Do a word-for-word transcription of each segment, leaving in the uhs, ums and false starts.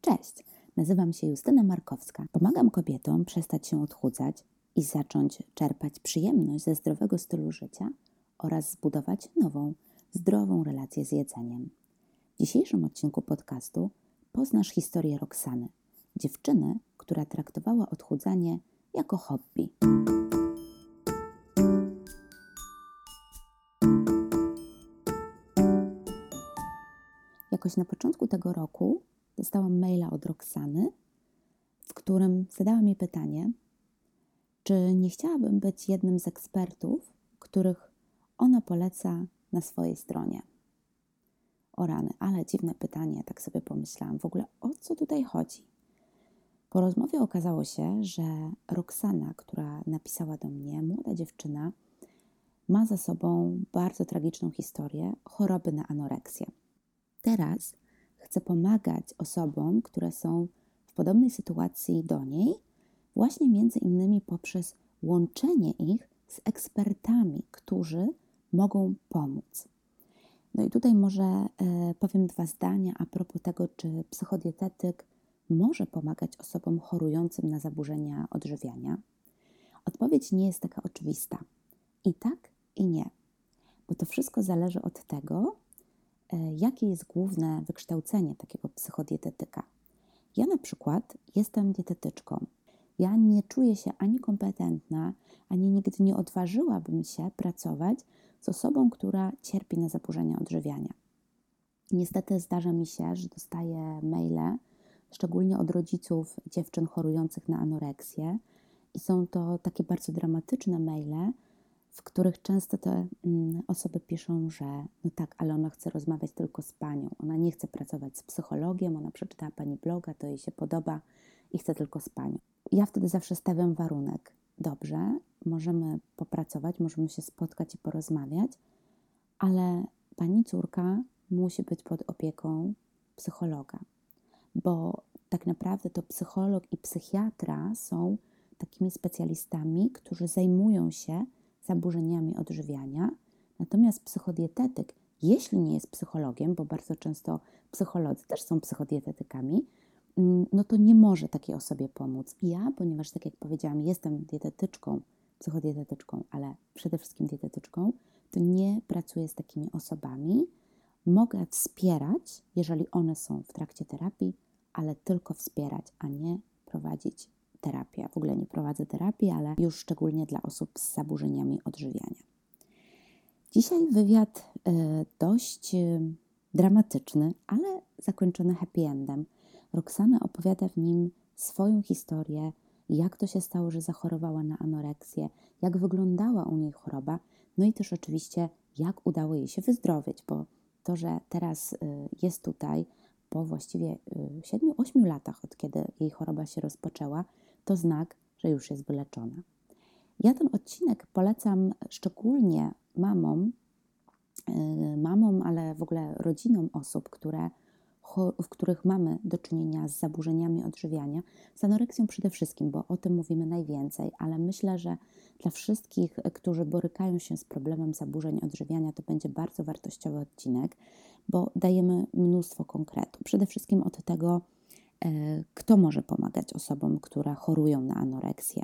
Cześć, nazywam się Justyna Markowska. Pomagam kobietom przestać się odchudzać i zacząć czerpać przyjemność ze zdrowego stylu życia oraz zbudować nową, zdrową relację z jedzeniem. W dzisiejszym odcinku podcastu poznasz historię Roxany, dziewczyny, która traktowała odchudzanie jako hobby. Jakoś na początku tego roku dostałam maila od Roxany, w którym zadała mi pytanie, czy nie chciałabym być jednym z ekspertów, których ona poleca na swojej stronie. O rany, ale dziwne pytanie, tak sobie pomyślałam. W ogóle o co tutaj chodzi? Po rozmowie okazało się, że Roxana, która napisała do mnie, młoda dziewczyna, ma za sobą bardzo tragiczną historię choroby na anoreksję. Teraz chcę pomagać osobom, które są w podobnej sytuacji do niej, właśnie między innymi poprzez łączenie ich z ekspertami, którzy mogą pomóc. No i tutaj może e, powiem dwa zdania a propos tego, czy psychodietetyk może pomagać osobom chorującym na zaburzenia odżywiania. Odpowiedź nie jest taka oczywista. I tak, i nie. Bo to wszystko zależy od tego, jakie jest główne wykształcenie takiego psychodietetyka. Ja na przykład jestem dietetyczką. Ja nie czuję się ani kompetentna, ani nigdy nie odważyłabym się pracować z osobą, która cierpi na zaburzenia odżywiania. Niestety zdarza mi się, że dostaję maile, szczególnie od rodziców dziewczyn chorujących na anoreksję i są to takie bardzo dramatyczne maile, w których często te mm, osoby piszą, że no tak, ale ona chce rozmawiać tylko z panią. Ona nie chce pracować z psychologiem, ona przeczytała pani bloga, to jej się podoba i chce tylko z panią. Ja wtedy zawsze stawiam warunek. Dobrze, możemy popracować, możemy się spotkać i porozmawiać, ale pani córka musi być pod opieką psychologa, bo tak naprawdę to psycholog i psychiatra są takimi specjalistami, którzy zajmują się zaburzeniami odżywiania, natomiast psychodietetyk, jeśli nie jest psychologiem, bo bardzo często psycholodzy też są psychodietetykami, no to nie może takiej osobie pomóc. Ja, ponieważ tak jak powiedziałam, jestem dietetyczką, psychodietetyczką, ale przede wszystkim dietetyczką, to nie pracuję z takimi osobami. Mogę wspierać, jeżeli one są w trakcie terapii, ale tylko wspierać, a nie prowadzić terapię. W ogóle nie prowadzę terapii, ale już szczególnie dla osób z zaburzeniami odżywiania. Dzisiaj wywiad y, dość y, dramatyczny, ale zakończony happy endem. Roxana opowiada w nim swoją historię, jak to się stało, że zachorowała na anoreksję, jak wyglądała u niej choroba, no i też oczywiście jak udało jej się wyzdrowieć, bo to, że teraz y, jest tutaj po właściwie siedmiu ośmiu latach, od kiedy jej choroba się rozpoczęła, to znak, że już jest wyleczona. Ja ten odcinek polecam szczególnie mamom, yy, mamom, ale w ogóle rodzinom osób, które, w których mamy do czynienia z zaburzeniami odżywiania, z anoreksją przede wszystkim, bo o tym mówimy najwięcej, ale myślę, że dla wszystkich, którzy borykają się z problemem zaburzeń odżywiania, to będzie bardzo wartościowy odcinek, bo dajemy mnóstwo konkretów. Przede wszystkim od tego, kto może pomagać osobom, które chorują na anoreksję.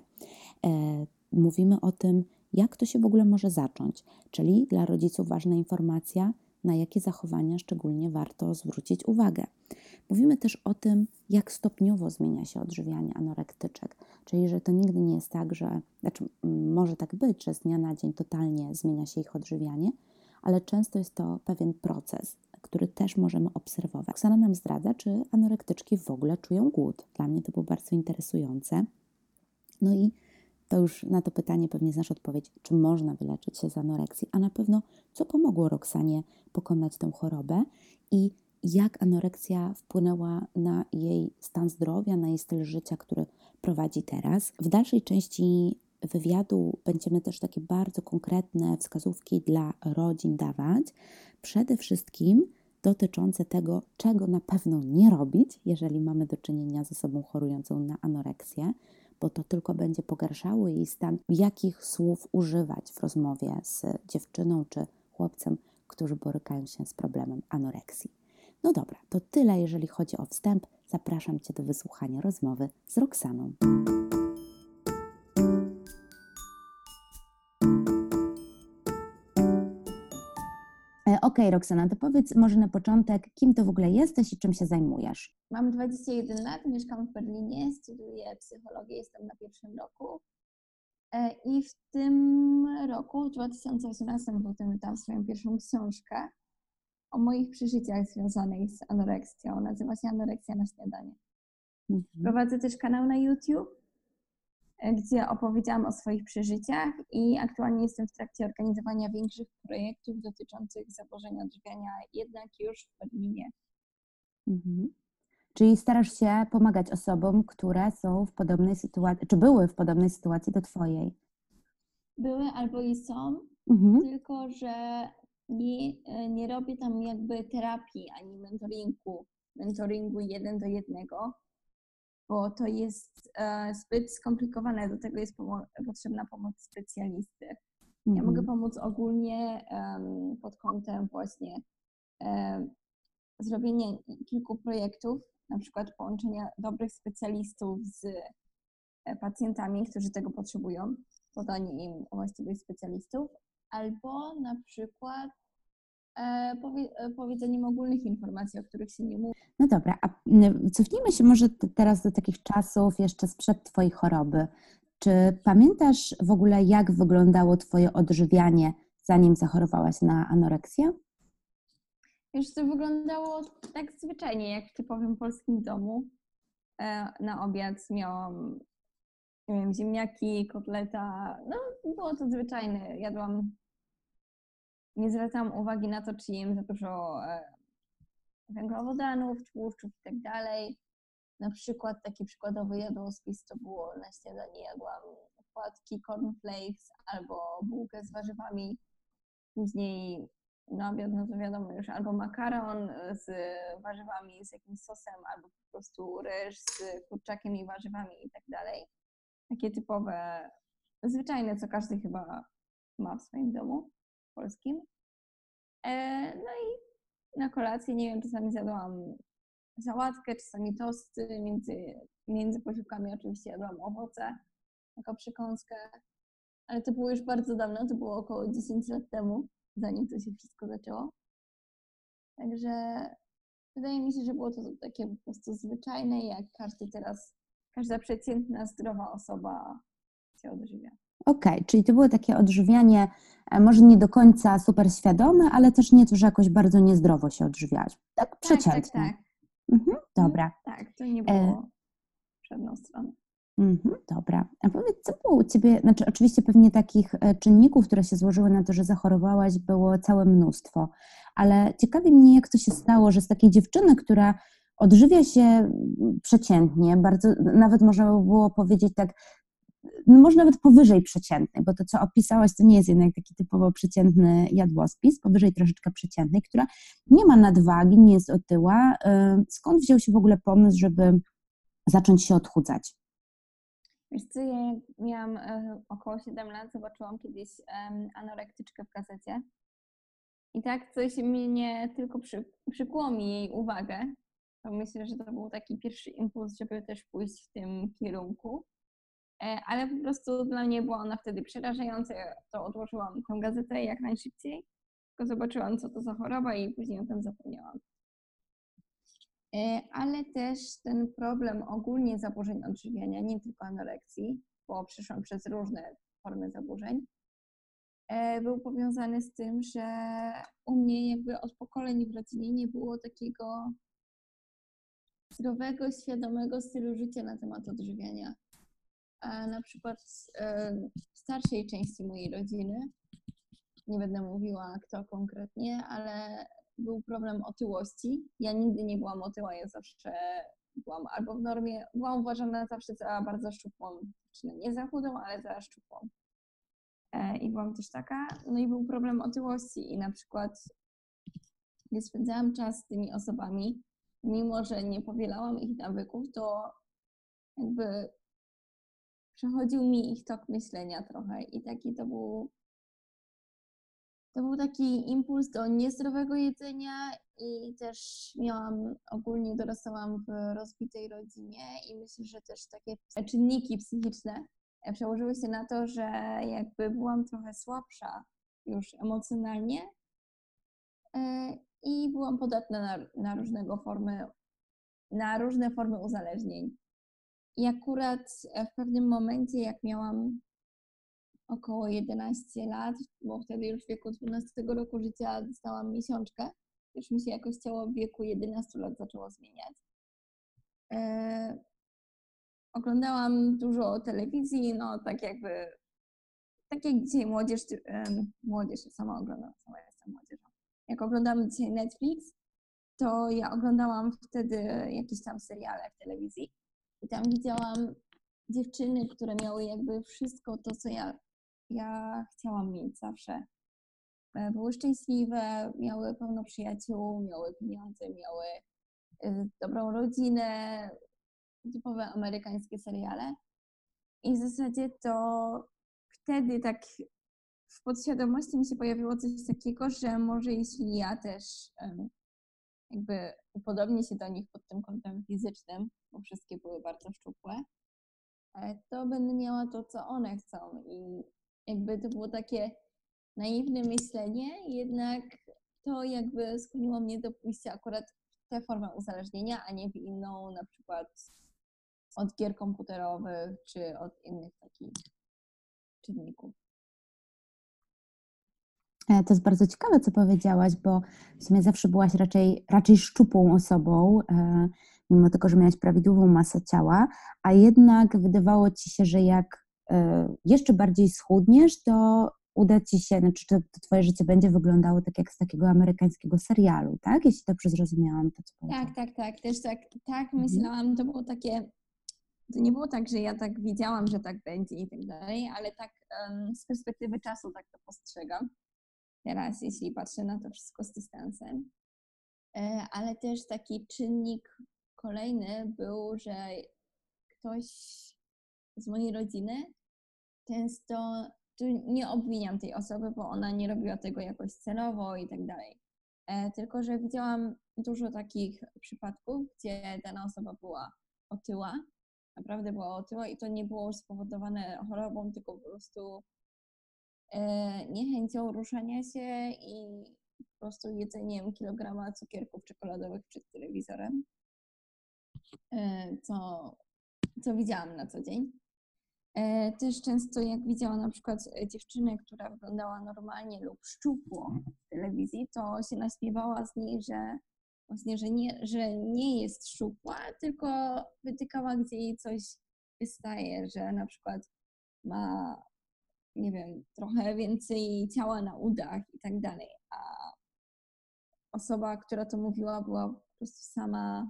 Mówimy o tym, jak to się w ogóle może zacząć, czyli dla rodziców ważna informacja, na jakie zachowania szczególnie warto zwrócić uwagę. Mówimy też o tym, jak stopniowo zmienia się odżywianie anorektyczek, czyli że to nigdy nie jest tak, że, znaczy może tak być, że z dnia na dzień totalnie zmienia się ich odżywianie, ale często jest to pewien proces, który też możemy obserwować. Roxana nam zdradza, czy anorektyczki w ogóle czują głód. Dla mnie to było bardzo interesujące. No i to już na to pytanie pewnie znasz odpowiedź, czy można wyleczyć się z anoreksji, a na pewno co pomogło Roxanie pokonać tę chorobę i jak anoreksja wpłynęła na jej stan zdrowia, na jej styl życia, który prowadzi teraz. W dalszej części wywiadu będziemy też takie bardzo konkretne wskazówki dla rodzin dawać. Przede wszystkim dotyczące tego, czego na pewno nie robić, jeżeli mamy do czynienia z osobą chorującą na anoreksję, bo to tylko będzie pogarszało jej stan, jakich słów używać w rozmowie z dziewczyną czy chłopcem, którzy borykają się z problemem anoreksji. No dobra, to tyle, jeżeli chodzi o wstęp. Zapraszam Cię do wysłuchania rozmowy z Roxaną. E, Okej, Roxana, to powiedz może na początek, kim Ty w ogóle jesteś i czym się zajmujesz? Mam dwadzieścia jeden lat, mieszkam w Berlinie, studiuję psychologię, jestem na pierwszym roku. E, I w tym roku, w dwa tysiące osiemnastym, potem wydałam swoją pierwszą książkę o moich przeżyciach związanych z anoreksją. Nazywa się Anoreksja na śniadanie. Mhm. Prowadzę też kanał na YouTube, e, gdzie opowiedziałam o swoich przeżyciach i aktualnie jestem w trakcie organizowania większych projektów dotyczących zaburzeń odżywiania, jednak już w Berlinie. Mhm. Czyli starasz się pomagać osobom, które są w podobnej sytuacji, czy były w podobnej sytuacji do Twojej. Były albo i są, Mhm. tylko że nie, nie robię tam jakby terapii ani mentoringu, mentoringu jeden do jednego, bo to jest e, zbyt skomplikowane, do tego jest pomo- potrzebna pomoc specjalisty. Ja Mhm. mogę pomóc ogólnie em, pod kątem właśnie em, zrobienia kilku projektów, na przykład połączenia dobrych specjalistów z e, pacjentami, którzy tego potrzebują, podanie im właściwych specjalistów, albo na przykład e, powie, e, powiedzeniem ogólnych informacji, o których się nie mówi. No dobra, a mm, cofnijmy się może t- teraz do takich czasów jeszcze sprzed Twojej choroby. Czy pamiętasz w ogóle, jak wyglądało Twoje odżywianie, zanim zachorowałaś na anoreksję? Już to wyglądało tak zwyczajnie, jak w typowym polskim domu. E, na obiad miałam, nie wiem, ziemniaki, kotleta, no było to zwyczajne. Jadłam, nie zwracałam uwagi na to, czy jem za dużo e, węglowodanów, tłuszczów i tak dalej. Na przykład taki przykładowy jadłospis to było na śniadanie jadłam płatki cornflakes albo bułkę z warzywami. Później na obiad, no to wiadomo już albo makaron z warzywami, z jakimś sosem, albo po prostu ryż z kurczakiem i warzywami i tak dalej. Takie typowe, zwyczajne, co każdy chyba ma w swoim domu polskim. E, no i na kolację, nie wiem, czasami zjadłam sałatkę, czasami tosty, między, między posiłkami oczywiście jadłam owoce jako przekąskę, ale to było już bardzo dawno, to było około dziesięć lat temu, zanim to się wszystko zaczęło. Także wydaje mi się, że było to takie po prostu zwyczajne, jak każdy teraz, każda przeciętna, zdrowa osoba się odżywia. Okej, czyli to było takie odżywianie, e, może nie do końca super świadome, ale też nie to, że jakoś bardzo niezdrowo się odżywiałaś. Tak Tak, tak, przeciętnie. tak. Mhm, Mhm. dobra. Tak, to nie E, było przednią stroną. Mhm, dobra. A powiedz, co było u Ciebie, znaczy oczywiście pewnie takich e, czynników, które się złożyły na to, że zachorowałaś, było całe mnóstwo, ale ciekawi mnie, jak to się stało, że z takiej dziewczyny, która odżywia się mm, przeciętnie, bardzo, nawet można by było powiedzieć tak, no może nawet powyżej przeciętnej, bo to, co opisałaś, to nie jest jednak taki typowo przeciętny jadłospis, powyżej troszeczkę przeciętnej, która nie ma nadwagi, nie jest otyła. E, Skąd wziął się w ogóle pomysł, żeby zacząć się odchudzać? Wiesz co, ja jak miałam e, około siedem lat, zobaczyłam kiedyś em, anorektyczkę w gazecie i tak coś mnie tylko przy, przykuło mi jej uwagę. To myślę, że to był taki pierwszy impuls, żeby też pójść w tym kierunku. E, ale po prostu dla mnie była ona wtedy przerażająca. Ja to odłożyłam tą gazetę jak najszybciej, tylko zobaczyłam, co to za choroba i później o tym zapomniałam. E, Ale też ten problem ogólnie zaburzeń odżywiania, nie tylko anoreksji, bo przeszłam przez różne formy zaburzeń, e, był powiązany z tym, że u mnie jakby od pokoleń w rodzinie nie było takiego zdrowego, świadomego stylu życia na temat odżywiania. A na przykład e, w starszej części mojej rodziny, nie będę mówiła kto konkretnie, ale był problem otyłości. Ja nigdy nie byłam otyła, ja zawsze byłam albo w normie, byłam uważana zawsze za bardzo szczupłą, czyli nie za chudą, ale za szczupłą. E, I byłam też taka. No i był problem otyłości i na przykład gdy spędzałam czas z tymi osobami, mimo że nie powielałam ich nawyków, to jakby przechodził mi ich tok myślenia trochę i taki to był to był taki impuls do niezdrowego jedzenia i też miałam, ogólnie dorastałam w rozbitej rodzinie i myślę, że też takie czynniki psychiczne przełożyły się na to, że jakby byłam trochę słabsza już emocjonalnie i byłam podatna na, na różnego formy, na różne formy uzależnień. I akurat w pewnym momencie, jak miałam około jedenaście lat, bo wtedy już w wieku dwunastego roku życia dostałam miesiączkę, już mi się jakoś ciało w wieku jedenastu lat zaczęło zmieniać. E, oglądałam dużo telewizji, no tak jakby, tak jak dzisiaj młodzież, e, młodzież, sama oglądam, sama jestem młodzieżą. Jak oglądamy dzisiaj Netflix, to ja oglądałam wtedy jakieś tam seriale w telewizji i tam widziałam dziewczyny, które miały jakby wszystko to, co ja, ja chciałam mieć zawsze. Były szczęśliwe, miały pełno przyjaciół, miały pieniądze, miały y, dobrą rodzinę, typowe amerykańskie seriale. I w zasadzie to wtedy tak w podświadomości mi się pojawiło coś takiego, że może jeśli ja też um, jakby upodobnię się do nich pod tym kątem fizycznym, bo wszystkie były bardzo szczupłe, to będę miała to, co one chcą. I jakby to było takie naiwne myślenie, jednak to jakby skłoniło mnie do pójścia akurat w tę formę uzależnienia, a nie w inną, na przykład od gier komputerowych czy od innych takich czynników. To jest bardzo ciekawe, co powiedziałaś, bo w sumie zawsze byłaś raczej, raczej szczupłą osobą, mimo tego, że miałaś prawidłową masę ciała, a jednak wydawało ci się, że jak jeszcze bardziej schudniesz, to uda ci się, znaczy to, to twoje życie będzie wyglądało tak jak z takiego amerykańskiego serialu, tak? Jeśli dobrze zrozumiałam to, co powiedziałaś. Tak, tak, tak. Też tak, tak myślałam, to było takie, to nie było tak, że ja tak wiedziałam, że tak będzie i tak dalej, ale tak um, z perspektywy czasu tak to postrzegam. Teraz, jeśli patrzę na to wszystko z dystansem. Ale też taki czynnik kolejny był, że ktoś z mojej rodziny często, tu nie obwiniam tej osoby, bo ona nie robiła tego jakoś celowo i tak dalej. Tylko że widziałam dużo takich przypadków, gdzie dana osoba była otyła, naprawdę była otyła i to nie było spowodowane chorobą, tylko po prostu niechęcią ruszania się i po prostu jedzeniem kilograma cukierków czekoladowych przed telewizorem, co, co widziałam na co dzień. Też często jak widziałam na przykład dziewczynę, która wyglądała normalnie lub szczupło w telewizji, to się naśmiewała z niej, że właśnie, że nie, że nie jest szczupła, tylko wytykała, gdzie jej coś wystaje, że na przykład ma, nie wiem, trochę więcej ciała na udach i tak dalej, a osoba, która to mówiła, była po prostu sama,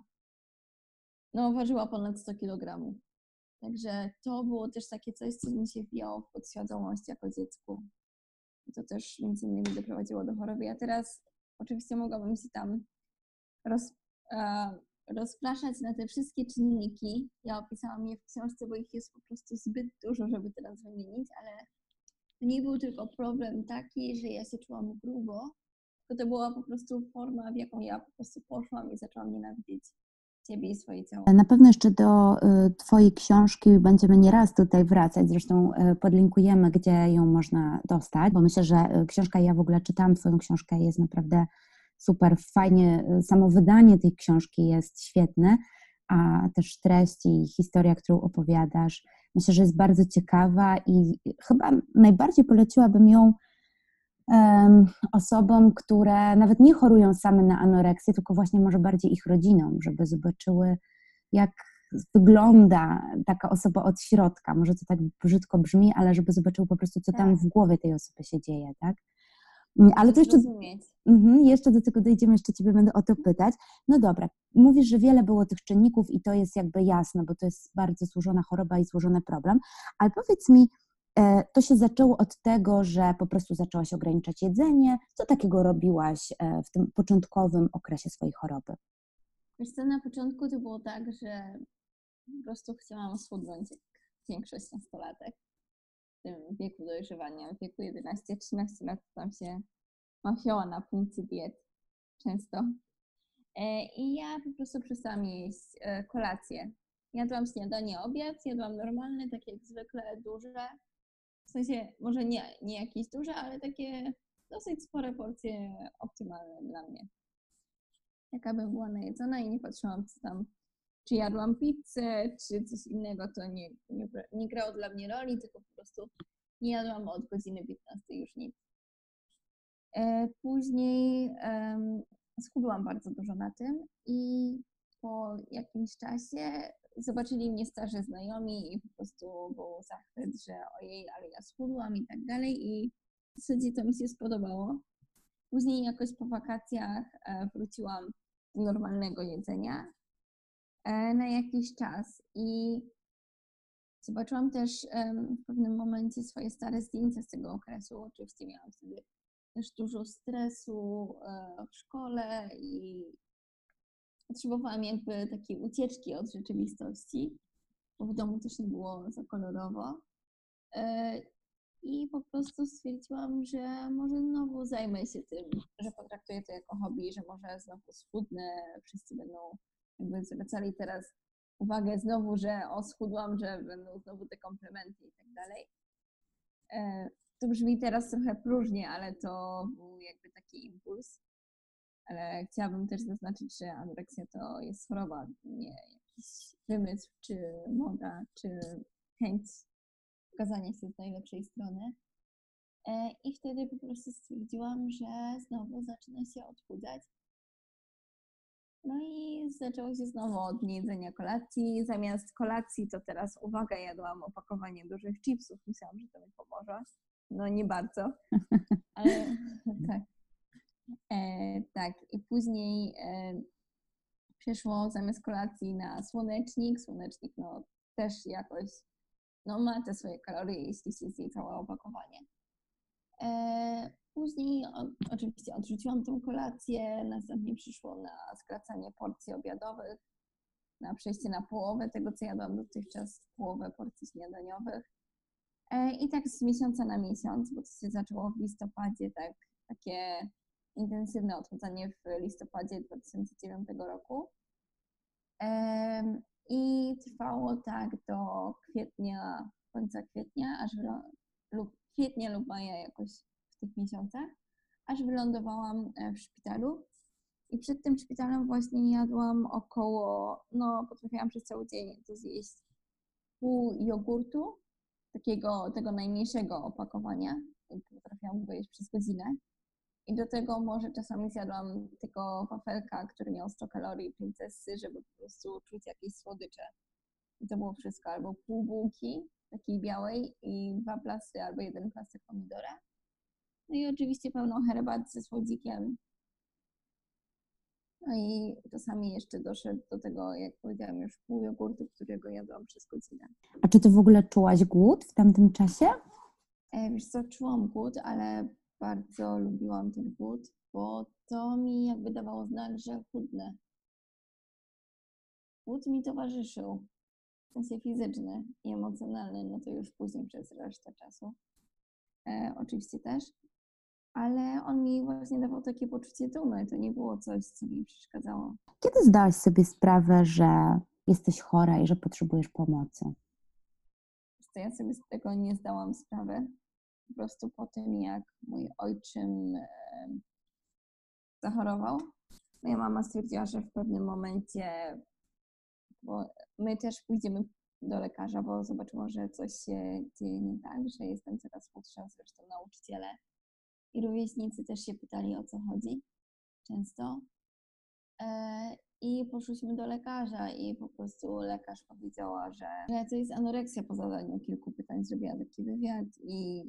no ważyła ponad sto kilogramów. Także to było też takie coś, co mi się wbijało w podświadomość jako dziecku. I to też między innymi doprowadziło do choroby. Ja teraz oczywiście mogłabym się tam roz, e, rozpraszać na te wszystkie czynniki. Ja opisałam je w książce, bo ich jest po prostu zbyt dużo, żeby teraz wymienić, ale to nie był tylko problem taki, że ja się czułam grubo, tylko to była po prostu forma, w jaką ja po prostu poszłam i zaczęłam nienawidzieć siebie i swoje ciało. Na pewno jeszcze do twojej książki będziemy nieraz tutaj wracać, zresztą podlinkujemy, gdzie ją można dostać, bo myślę, że książka, ja w ogóle czytałam twoją książkę, jest naprawdę super, fajnie, samo wydanie tej książki jest świetne, a też treść i historia, którą opowiadasz, myślę, że jest bardzo ciekawa i chyba najbardziej poleciłabym ją um, osobom, które nawet nie chorują same na anoreksję, tylko właśnie może bardziej ich rodzinom, żeby zobaczyły, jak wygląda taka osoba od środka. Może to tak brzydko brzmi, ale żeby zobaczyły po prostu, co Tak. tam w głowie tej osoby się dzieje, tak? Ale to jeszcze, mhm, jeszcze do tego dojdziemy, jeszcze ciebie będę o to pytać. No dobra, mówisz, że wiele było tych czynników i to jest jakby jasne, bo to jest bardzo złożona choroba i złożony problem, ale powiedz mi, to się zaczęło od tego, że po prostu zaczęłaś ograniczać jedzenie. Co takiego robiłaś w tym początkowym okresie swojej choroby? Wiesz co, na początku to było tak, że po prostu chciałam schudnąć jak większość nastolatek w tym wieku dojrzewania. W wieku jedenaście trzynaście lat tam się mafioła na punkcie diet często. E, I ja po prostu przestałam jeść e, kolację. Jadłam śniadanie, obiad, jadłam normalne, takie jak zwykle, duże. W sensie, może nie, nie jakieś duże, ale takie dosyć spore porcje optymalne dla mnie. Jaka bym była najedzona i nie patrzyłam, co tam, czy jadłam pizzę, czy coś innego, to nie, nie, nie grało dla mnie roli, tylko po prostu nie jadłam od godziny piętnastej już nic. E, później em, schudłam bardzo dużo na tym i po jakimś czasie zobaczyli mnie starzy znajomi i po prostu był zachwyt, że ojej, ale ja schudłam i tak dalej i w zasadzie to mi się spodobało. Później jakoś po wakacjach e, wróciłam do normalnego jedzenia e, na jakiś czas i zobaczyłam też em, w pewnym momencie swoje stare zdjęcia z tego okresu. Oczywiście miałam wtedy też dużo stresu e, w szkole i potrzebowałam jakby takiej ucieczki od rzeczywistości, bo w domu też nie było za kolorowo. E, I po prostu stwierdziłam, że może znowu zajmę się tym, że potraktuję to jako hobby, że może znowu schudnę, wszyscy będą jakby zwracali teraz uwagę znowu, że o schudłam, że będą znowu te komplementy i tak dalej. E, To brzmi teraz trochę próżnie, ale to był jakby taki impuls. Ale chciałabym też zaznaczyć, że anoreksja to jest choroba, nie jakiś wymysł, czy moda, czy chęć pokazania się z najlepszej strony. E, I wtedy po prostu stwierdziłam, że znowu zaczyna się odchudzać. No i zaczęło się znowu od niejedzenia kolacji. Zamiast kolacji to teraz, uwaga, jadłam opakowanie dużych chipsów. Myślałam, że to mi pomoże. No nie bardzo, ale tak. E, tak, i później e, przeszło zamiast kolacji na słonecznik. Słonecznik no też jakoś no, ma te swoje kalorie, jeśli się zje całe opakowanie. E, później o, oczywiście odrzuciłam tę kolację, następnie przyszło na skracanie porcji obiadowych, na przejście na połowę tego, co jadłam dotychczas, połowę porcji śniadaniowych. E, I tak z miesiąca na miesiąc, bo to się zaczęło w listopadzie, tak, takie intensywne odchudzanie w listopadzie dwa tysiące dziewiątego roku. E, I trwało tak do kwietnia, końca kwietnia, aż wylo- lub kwietnia lub maja jakoś w tych miesiącach, aż wylądowałam w szpitalu. I przed tym szpitalem właśnie jadłam około, no potrafiłam przez cały dzień to zjeść pół jogurtu, takiego tego najmniejszego opakowania. Potrafiłam go jeść przez godzinę. I do tego może czasami zjadłam tylko wafelka, który miał sto kalorii, princessy, żeby po prostu czuć jakieś słodycze. I to było wszystko. Albo pół bułki takiej białej i dwa plastry albo jeden plaster pomidora. No i oczywiście pełną herbatę ze słodzikiem. No i czasami jeszcze doszedł do tego, jak powiedziałam, już pół jogurtu, którego jadłam przez godzinę. A czy ty w ogóle czułaś głód w tamtym czasie? E, wiesz co, czułam głód, ale bardzo lubiłam ten głód, bo to mi jakby dawało znak, że chudnę. Głód mi towarzyszył, w sensie fizyczny i emocjonalny, no to już później przez resztę czasu. E, oczywiście też, ale on mi właśnie dawał takie poczucie dumy, to nie było coś, co mi przeszkadzało. Kiedy zdałaś sobie sprawę, że jesteś chora i że potrzebujesz pomocy? To ja sobie z tego nie zdałam sprawy. Po prostu po tym, jak mój ojczym e, zachorował, moja mama stwierdziła, że w pewnym momencie, bo my też pójdziemy do lekarza, bo zobaczyła, że coś się dzieje nie tak, że jestem coraz chudsza, zresztą nauczyciele i rówieśnicy też się pytali, o co chodzi często. E, I poszliśmy do lekarza i po prostu lekarz powiedziała, że, że to jest anoreksja po zadaniu kilku pytań. Zrobiła taki wywiad i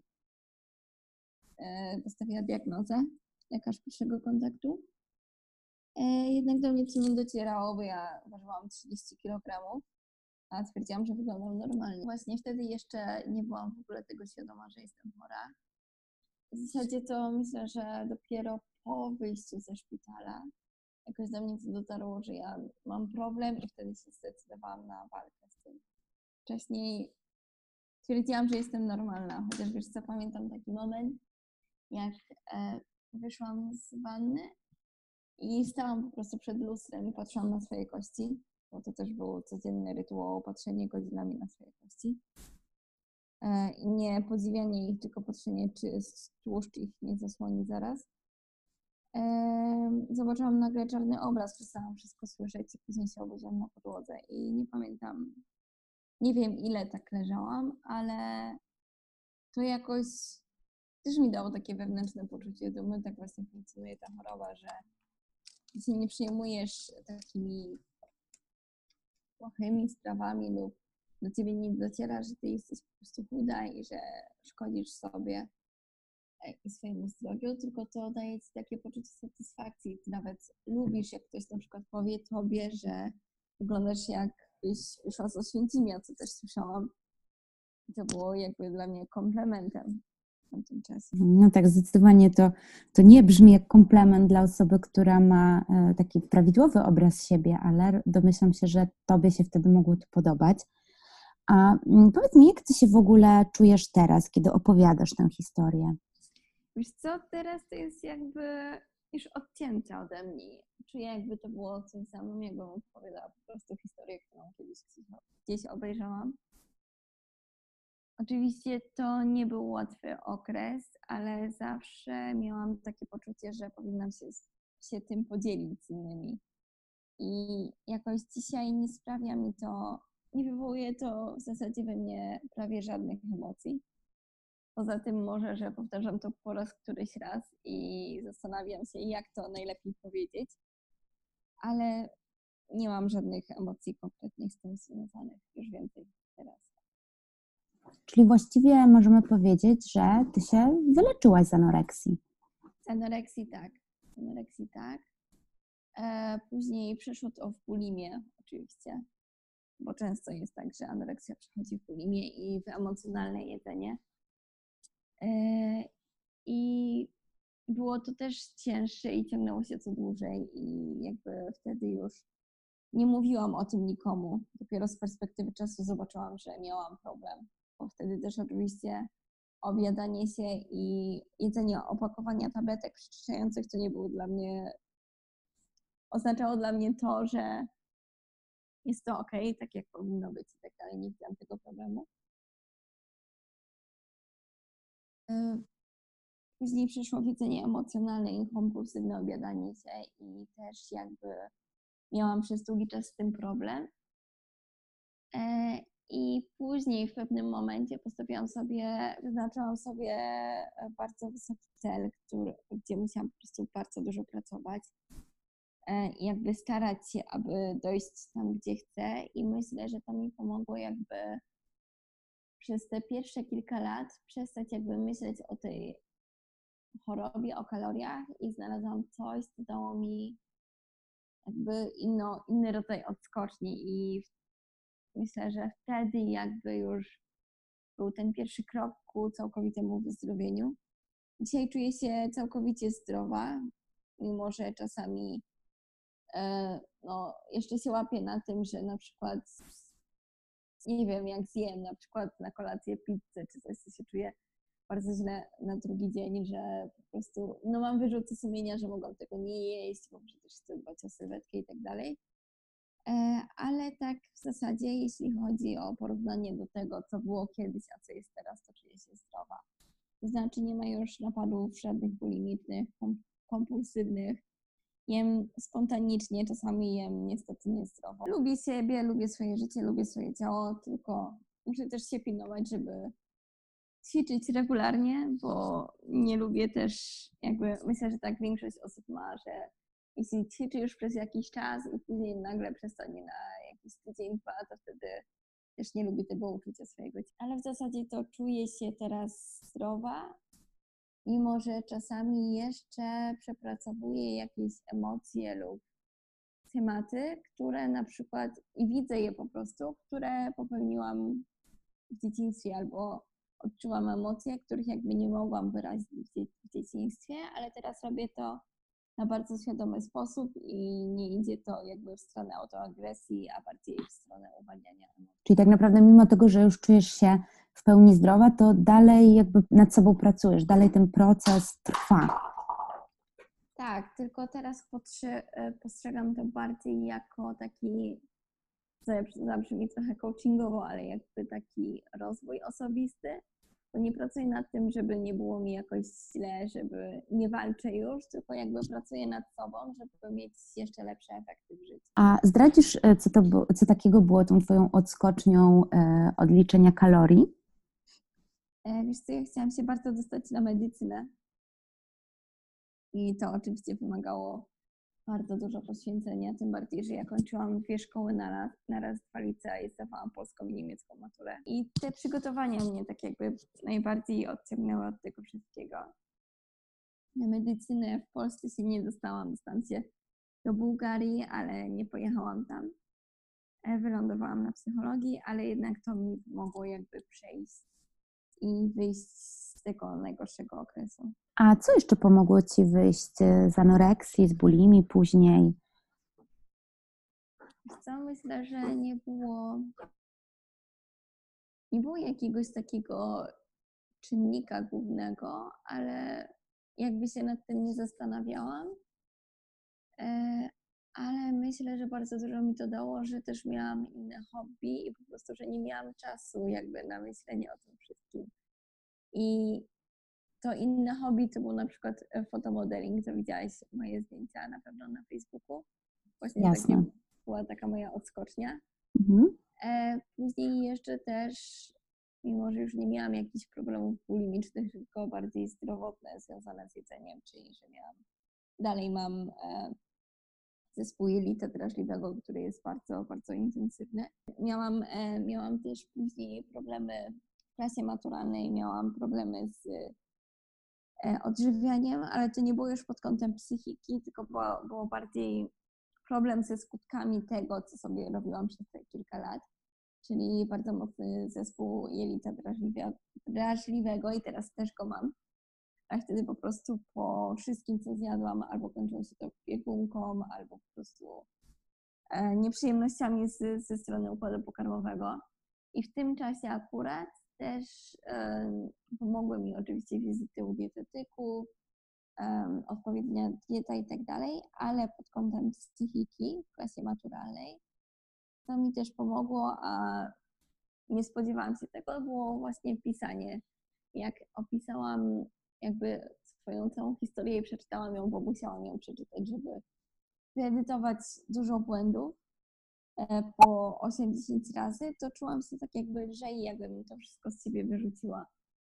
e, postawiła diagnozę, lekarz pierwszego kontaktu. E, jednak do mnie to nie docierało, bo ja ważyłam trzydzieści kilogramów, a stwierdziłam, że wyglądam normalnie. Właśnie wtedy jeszcze nie byłam w ogóle tego świadoma, że jestem chora. W zasadzie to myślę, że dopiero po wyjściu ze szpitala jakoś do mnie to dotarło, że ja mam problem i wtedy się zdecydowałam na walkę z tym. Wcześniej stwierdziłam, że jestem normalna, chociaż wiesz co, pamiętam taki moment, jak e, wyszłam z wanny i stałam po prostu przed lustrem i patrzyłam na swoje kości, bo to też było codzienny rytuał, patrzenie godzinami na swoje kości. I nie podziwianie ich, tylko patrzenie, czy tłuszcz ich nie zasłoni zaraz. Zobaczyłam nagle czarny obraz, przestałam wszystko słyszeć i później się obudziłam na podłodze i nie pamiętam, nie wiem ile tak leżałam, ale to jakoś też mi dało takie wewnętrzne poczucie dumy, tak właśnie funkcjonuje ta choroba, że się nie przejmujesz takimi płochymi sprawami lub do ciebie nie dociera, że ty jesteś po prostu chuda i że szkodzisz sobie i swojemu zdrowiu, tylko to daje ci takie poczucie satysfakcji. Ty nawet lubisz, jak ktoś na przykład powie tobie, że wyglądasz jakbyś wyszła z Oświęcimia, co też słyszałam. I to było jakby dla mnie komplementem w tamtym czasie. No tak, zdecydowanie to, to nie brzmi jak komplement dla osoby, która ma taki prawidłowy obraz siebie, ale domyślam się, że tobie się wtedy mogło to podobać. A powiedz mi, jak ty się w ogóle czujesz teraz, kiedy opowiadasz tę historię? Wiesz co, teraz to jest jakby już odcięte ode mnie. Czuję, jakby to było coś samym, jakbym opowiadała po prostu historię, którą kiedyś gdzieś obejrzałam. Oczywiście to nie był łatwy okres, ale zawsze miałam takie poczucie, że powinnam się, się tym podzielić z innymi. I jakoś dzisiaj nie sprawia mi to, nie wywołuje to w zasadzie we mnie prawie żadnych emocji. Poza tym może, że powtarzam to po raz któryś raz i zastanawiam się, jak to najlepiej powiedzieć, ale nie mam żadnych emocji konkretnych z tym związanych, już więcej teraz. Czyli właściwie możemy powiedzieć, że ty się wyleczyłaś z anoreksji. Z anoreksji tak, z anoreksji tak. E, później przeszło to w bulimię oczywiście, bo często jest tak, że anoreksja przechodzi w bulimię i w emocjonalne jedzenie. I było to też cięższe i ciągnęło się co dłużej i jakby wtedy już nie mówiłam o tym nikomu. Dopiero z perspektywy czasu zobaczyłam, że miałam problem, bo wtedy też oczywiście obiadanie się i jedzenie opakowania tabletek przyczyszczających to nie było dla mnie, oznaczało dla mnie to, że jest to okej, tak jak powinno być i tak dalej, nie widziałam tego problemu. Później przyszło jedzenie emocjonalne i kompulsywne obiadanie się i też jakby miałam przez długi czas z tym problem. I później w pewnym momencie postawiłam sobie, wyznaczyłam sobie bardzo wysoki cel, który, gdzie musiałam po prostu bardzo dużo pracować i jakby starać się, aby dojść tam, gdzie chcę i myślę, że to mi pomogło jakby przez te pierwsze kilka lat przestać jakby myśleć o tej chorobie, o kaloriach i znalazłam coś, co dało mi jakby inno, inny rodzaj odskoczni i myślę, że wtedy jakby już był ten pierwszy krok ku całkowitemu wyzdrowieniu. Dzisiaj czuję się całkowicie zdrowa, mimo że czasami e, no, jeszcze się łapię na tym, że na przykład nie wiem, jak zjem na przykład na kolację pizzę czy coś, co się czuję bardzo źle na drugi dzień, że po prostu no mam wyrzuty sumienia, że mogłam tego nie jeść, bo przecież chcę dbać o sylwetkę i tak dalej. Ale tak w zasadzie, jeśli chodzi o porównanie do tego, co było kiedyś, a co jest teraz, to czuję się zdrowa. To znaczy nie ma już napadów żadnych bulimicznych, kompulsywnych. Jem spontanicznie, czasami jem niestety niezdrowo. Lubię siebie, lubię swoje życie, lubię swoje ciało, tylko muszę też się pilnować, żeby ćwiczyć regularnie, bo nie lubię też, jakby myślę, że tak większość osób ma, że jeśli ćwiczy już przez jakiś czas i później nagle przestanie na jakiś tydzień, dwa, to wtedy też nie lubię tego uczucia swojego ciała. Ale w zasadzie to czuję się teraz zdrowa, mimo że czasami jeszcze przepracowuję jakieś emocje lub tematy, które na przykład, i widzę je po prostu, które popełniłam w dzieciństwie albo odczuwam emocje, których jakby nie mogłam wyrazić w dzieciństwie, ale teraz robię to na bardzo świadomy sposób i nie idzie to jakby w stronę autoagresji, a bardziej w stronę uwalniania emocji. Czyli tak naprawdę mimo tego, że już czujesz się w pełni zdrowa, to dalej jakby nad sobą pracujesz, dalej ten proces trwa. Tak, tylko teraz potrze- postrzegam to bardziej jako taki, zabrzmi trochę coachingowo, ale jakby taki rozwój osobisty, bo nie pracuję nad tym, żeby nie było mi jakoś źle, żeby nie walczę już, tylko jakby pracuję nad sobą, żeby mieć jeszcze lepsze efekty w życiu. A zdradzisz, co, to, bu- co takiego było tą twoją odskocznią e, od liczenia kalorii? E, wiesz co, ja chciałam się bardzo dostać na medycynę i to oczywiście wymagało bardzo dużo poświęcenia, tym bardziej, że ja kończyłam dwie szkoły na raz, na raz dwa licea i zdawałam polską i niemiecką maturę. I te przygotowania mnie tak jakby najbardziej odciągnęły od tego wszystkiego. Na medycynę w Polsce się nie dostałam, dostałam się do Bułgarii, ale nie pojechałam tam. Wylądowałam na psychologii, ale jednak to mi mogło jakby przejść i wyjść z tego najgorszego okresu. A co jeszcze pomogło ci wyjść z anoreksji, z bulimii później? Co myślę, że nie było, nie było jakiegoś takiego czynnika głównego, ale jakby się nad tym nie zastanawiałam. Ale myślę, że bardzo dużo mi to dało, że też miałam inne hobby i po prostu, że nie miałam czasu jakby na myślenie o tym wszystkim. I to inne hobby to był na przykład fotomodeling, to widziałaś moje zdjęcia na pewno na Facebooku. Właśnie Jasne. takie, była taka moja odskocznia. Mhm. E, później jeszcze też, mimo że już nie miałam jakichś problemów bulimicznych, tylko bardziej zdrowotne związane z jedzeniem, czyli że miałam, dalej mam e, zespół jelita drażliwego, który jest bardzo, bardzo intensywny. Miałam, e, miałam też później problemy w klasie maturalnej, miałam problemy z e, odżywianiem, ale to nie było już pod kątem psychiki, tylko było, było bardziej problem ze skutkami tego, co sobie robiłam przez te kilka lat, czyli bardzo mocny zespół jelita drażliwego i teraz też go mam. A wtedy po prostu po wszystkim, co zjadłam, albo kończyło się to biegunką, albo po prostu e, nieprzyjemnościami z, ze strony układu pokarmowego. I w tym czasie akurat też e, pomogły mi oczywiście wizyty u dietetyków, e, odpowiednia dieta i tak dalej, ale pod kątem psychiki w klasie maturalnej to mi też pomogło, a nie spodziewałam się tego, było właśnie pisanie. Jak opisałam jakby swoją całą historię i przeczytałam ją, bo musiałam ją przeczytać, żeby wyedytować dużo błędów po osiem dziesięć razy, to czułam się tak jakby lżej, jakbym to wszystko z siebie wyrzuciła.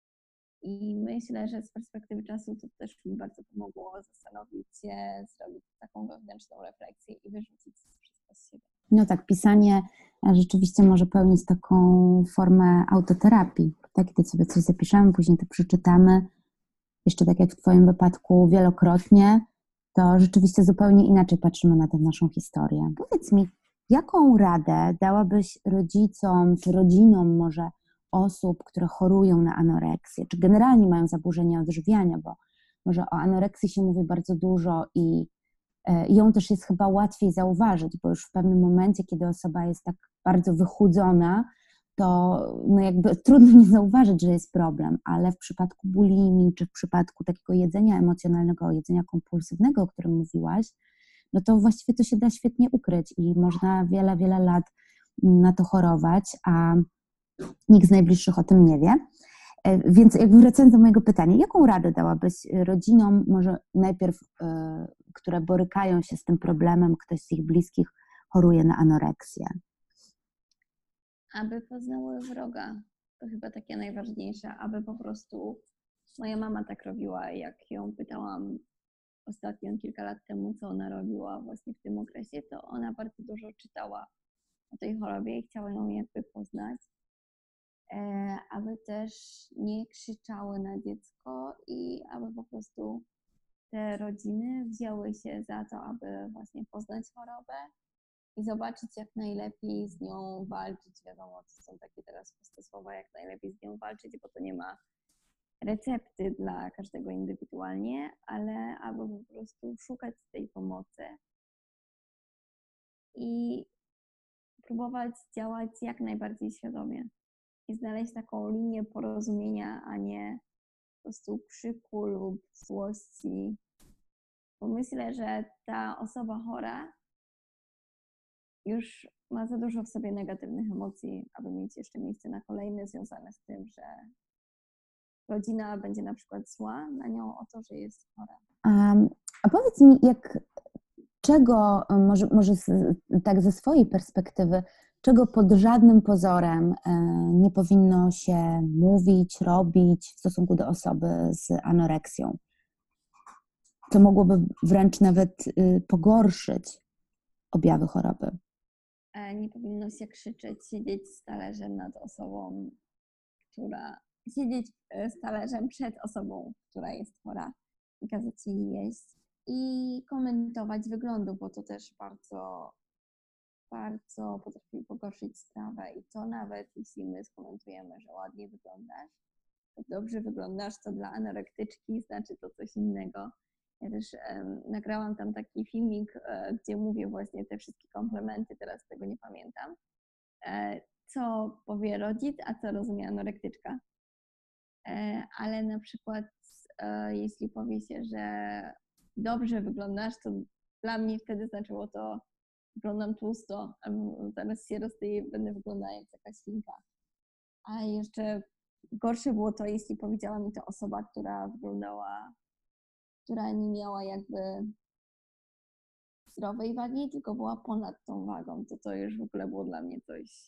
I myślę, że z perspektywy czasu to też mi bardzo pomogło zastanowić się, zrobić taką wewnętrzną refleksję i wyrzucić to wszystko z siebie. No tak, pisanie rzeczywiście może pełnić taką formę autoterapii. Tak, kiedy sobie coś zapiszemy, później to przeczytamy, jeszcze tak jak w twoim wypadku wielokrotnie, to rzeczywiście zupełnie inaczej patrzymy na tę naszą historię. Powiedz mi, jaką radę dałabyś rodzicom czy rodzinom może osób, które chorują na anoreksję, czy generalnie mają zaburzenia odżywiania, bo może o anoreksji się mówi bardzo dużo i ją też jest chyba łatwiej zauważyć, bo już w pewnym momencie, kiedy osoba jest tak bardzo wychudzona, to no jakby trudno nie zauważyć, że jest problem, ale w przypadku bulimii, czy w przypadku takiego jedzenia emocjonalnego, jedzenia kompulsywnego, o którym mówiłaś, no to właściwie to się da świetnie ukryć i można wiele, wiele lat na to chorować, a nikt z najbliższych o tym nie wie. Więc jakby wracając do mojego pytania, jaką radę dałabyś rodzinom, może najpierw, które borykają się z tym problemem, ktoś z ich bliskich choruje na anoreksję? Aby poznały wroga. To chyba takie najważniejsze, aby po prostu, moja mama tak robiła, jak ją pytałam ostatnio kilka lat temu, co ona robiła właśnie w tym okresie, to ona bardzo dużo czytała o tej chorobie i chciała ją jakby poznać, e, aby też nie krzyczały na dziecko i aby po prostu te rodziny wzięły się za to, aby właśnie poznać chorobę i zobaczyć, jak najlepiej z nią walczyć. Wiadomo, to są takie teraz proste słowa, jak najlepiej z nią walczyć, bo to nie ma recepty dla każdego indywidualnie, ale aby po prostu szukać tej pomocy i próbować działać jak najbardziej świadomie i znaleźć taką linię porozumienia, a nie po prostu krzyku lub złości, bo myślę, że ta osoba chora już ma za dużo w sobie negatywnych emocji, aby mieć jeszcze miejsce na kolejne związane z tym, że rodzina będzie na przykład zła na nią o to, że jest chora. A, a powiedz mi, jak, czego, może, może z, tak ze swojej perspektywy, czego pod żadnym pozorem e, nie powinno się mówić, robić w stosunku do osoby z anoreksją? Co mogłoby wręcz nawet y, pogorszyć objawy choroby? Nie powinno się krzyczeć, siedzieć z talerzem nad osobą, która... Siedzieć z talerzem przed osobą, która jest chora i kazać jej jeść i komentować wyglądu, bo to też bardzo, bardzo potrafi pogorszyć sprawę i to nawet jeśli my skomentujemy, że ładnie wyglądasz, to dobrze wyglądasz, to dla anorektyczki znaczy to coś innego. Ja też um, nagrałam tam taki filmik, e, gdzie mówię właśnie te wszystkie komplementy, teraz tego nie pamiętam, e, co powie rodzic, a co rozumie anorektyczka. E, ale na przykład e, jeśli powie się, że dobrze wyglądasz, to dla mnie wtedy znaczyło to, wyglądam tłusto, albo zaraz się roztyję, będę wyglądała jak taka świnka. A jeszcze gorsze było to, jeśli powiedziała mi to osoba, która wyglądała, która nie miała jakby zdrowej wagi, tylko była ponad tą wagą. To to już w ogóle było dla mnie coś,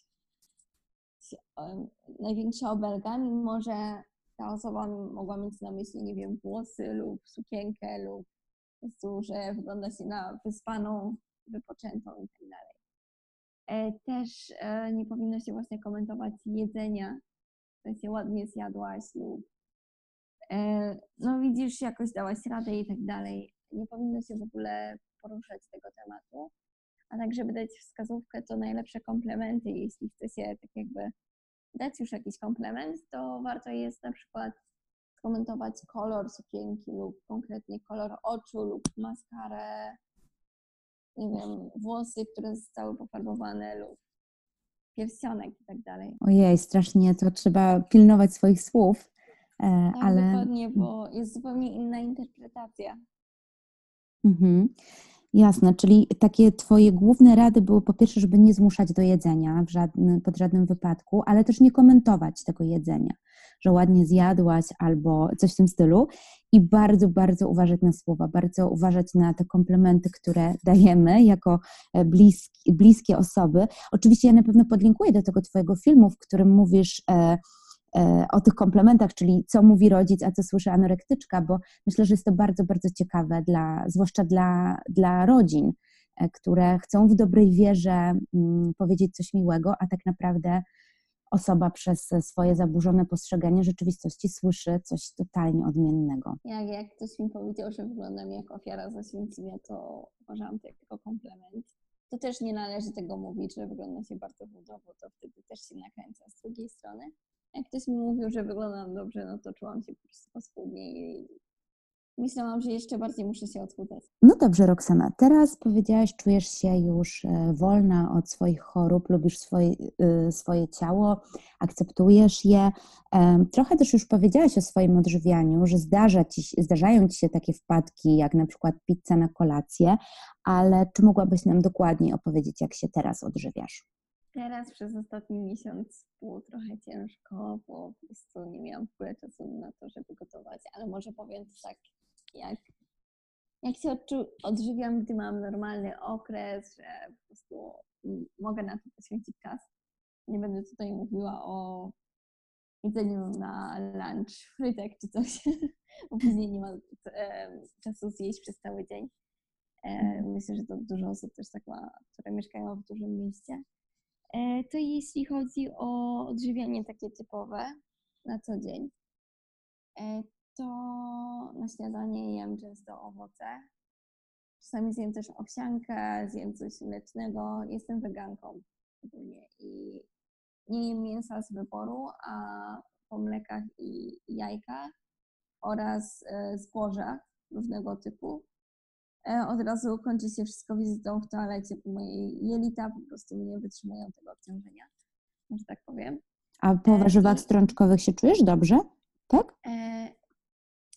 um, największa obelga, mimo że ta osoba mogła mieć na myśli, nie wiem, włosy lub sukienkę lub po prostu, że wygląda się na wyspaną, wypoczętą i tak dalej. E, też e, nie powinno się właśnie komentować jedzenia, że się ładnie zjadłaś lub e, no widzisz, jakoś dałaś radę i tak dalej. Nie powinno się w ogóle poruszać tego tematu. A tak, żeby dać wskazówkę, to najlepsze komplementy, jeśli chce się tak jakby dać już jakiś komplement, to warto jest na przykład skomentować kolor sukienki lub konkretnie kolor oczu lub maskarę, nie wiem, włosy, które zostały pofarbowane lub pierścionek i tak dalej. Ojej, strasznie to trzeba pilnować swoich słów, e, Tak, ale... dokładnie, bo jest zupełnie inna interpretacja. Mhm. Jasne, czyli takie twoje główne rady były po pierwsze, żeby nie zmuszać do jedzenia w żadnym, pod żadnym wypadku, ale też nie komentować tego jedzenia, że ładnie zjadłaś albo coś w tym stylu i bardzo, bardzo uważać na słowa, bardzo uważać na te komplementy, które dajemy jako bliski, bliskie osoby. Oczywiście ja na pewno podlinkuję do tego twojego filmu, w którym mówisz e, o tych komplementach, czyli co mówi rodzic, a co słyszy anorektyczka, bo myślę, że jest to bardzo, bardzo ciekawe, dla, zwłaszcza dla, dla rodzin, które chcą w dobrej wierze um, powiedzieć coś miłego, a tak naprawdę osoba przez swoje zaburzone postrzeganie rzeczywistości słyszy coś totalnie odmiennego. Jak, jak ktoś mi powiedział, że wyglądam jak ofiara zaświęcenia, to uważałam to jako komplement. To też nie należy tego mówić, że wygląda się bardzo chudo, to wtedy też się nakręca z drugiej strony. Jak ktoś mi mówił, że wyglądam dobrze, no to czułam się po prostu paskudnie i myślałam, że jeszcze bardziej muszę się odchudzać. No dobrze, Roxana, teraz powiedziałaś, czujesz się już wolna od swoich chorób, lubisz swoje, swoje ciało, akceptujesz je. Trochę też już powiedziałaś o swoim odżywianiu, że zdarza ci, zdarzają ci się takie wpadki, jak na przykład pizza na kolację, ale czy mogłabyś nam dokładniej opowiedzieć, jak się teraz odżywiasz? Teraz przez ostatni miesiąc było trochę ciężko, bo po prostu nie miałam w ogóle czasu na to, żeby gotować, ale może powiem tak, jak, jak się odczu- odżywiam, gdy mam normalny okres, że po prostu mogę na to poświęcić czas. Nie będę tutaj mówiła o jedzeniu na lunch frytek czy coś, bo później nie ma e, czasu zjeść przez cały dzień. E, myślę, że to dużo osób też tak ma, które mieszkają w dużym mieście. To jeśli chodzi o odżywianie takie typowe na co dzień, to na śniadanie jem często owoce. Czasami zjem też owsiankę, zjem coś mlecznego. Jestem weganką ogólnie i nie jem mięsa z wyboru, a po mlekach i jajkach oraz zbożach różnego typu. Od razu kończy się wszystko wizytą w toalecie, bo moje jelita po prostu nie wytrzymują tego obciążenia, może tak powiem. A po warzywach I, strączkowych się czujesz dobrze, tak? E,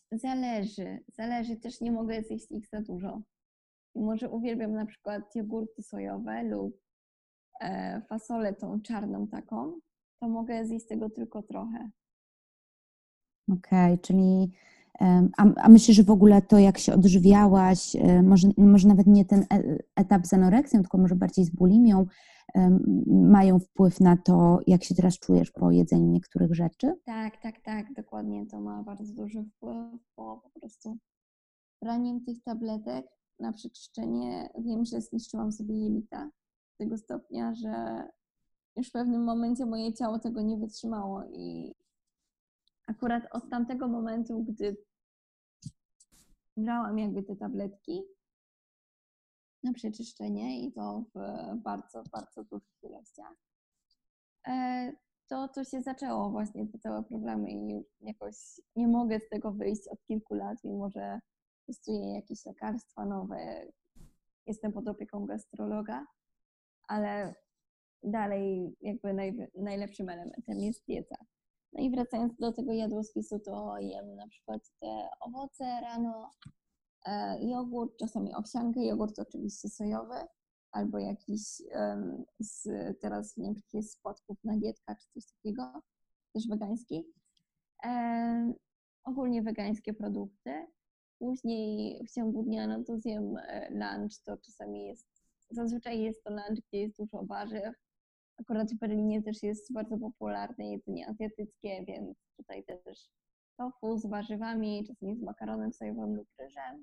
Zależy, zależy, też nie mogę zjeść ich za dużo. Mimo że uwielbiam na przykład jogurty sojowe lub e, fasolę tą czarną taką, to mogę zjeść tego tylko trochę. Okej, czyli em, a, a myślisz, że w ogóle to, jak się odżywiałaś, e, może, może nawet nie ten e- etap z anoreksją, tylko może bardziej z bulimią, em, mają wpływ na to, jak się teraz czujesz po jedzeniu niektórych rzeczy? Tak, tak, tak, dokładnie to ma bardzo duży wpływ, bo po prostu braniem tych tabletek na przeczyszczenie wiem, że zniszczyłam sobie jelita do tego stopnia, że już w pewnym momencie moje ciało tego nie wytrzymało i akurat od tamtego momentu, gdy brałam jakby te tabletki na przeczyszczenie i to w bardzo, bardzo dużych ilościach, e, to to się zaczęło właśnie te całe problemy i już jakoś nie mogę z tego wyjść od kilku lat, mimo że testuję jakieś lekarstwa nowe, jestem pod opieką gastrologa, ale dalej jakby naj, najlepszym elementem jest dieta. No i wracając do tego jadłospisu, to jem na przykład te owoce rano, e, jogurt, czasami owsiankę, jogurt oczywiście sojowy, albo jakiś um, z, teraz nie wiem, czy jest z płatków na dietka, czy coś takiego, też wegański. E, ogólnie wegańskie produkty. Później w ciągu dnia, no to zjem lunch, to czasami jest, zazwyczaj jest to lunch, gdzie jest dużo warzyw. Akurat w Berlinie też jest bardzo popularne jedzenie azjatyckie, więc tutaj też tofu z warzywami, czasami z makaronem sojowym lub ryżem.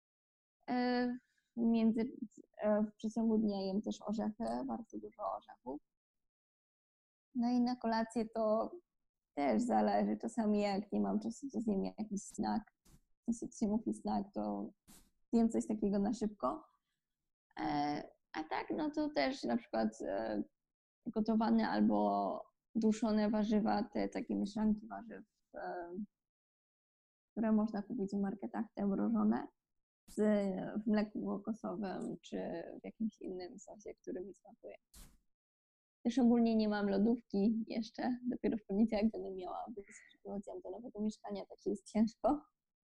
W, między, w przeciągu dnia jem też orzechy, bardzo dużo orzechów. No i na kolację to też zależy. Czasami jak nie mam czasu, to zjem jakiś snack. Jeśli się mówi snack, to zjem coś takiego na szybko. A tak, no to też na przykład gotowane albo duszone warzywa, te takie mieszanki warzyw, które można kupić w marketach, te mrożone z, w mleku kokosowym czy w jakimś innym sosie, który mi smakuje. Też ogólnie nie mam lodówki jeszcze, dopiero w poniedziałek będę miała, bo przychodziłam do nowego mieszkania, tak jest ciężko,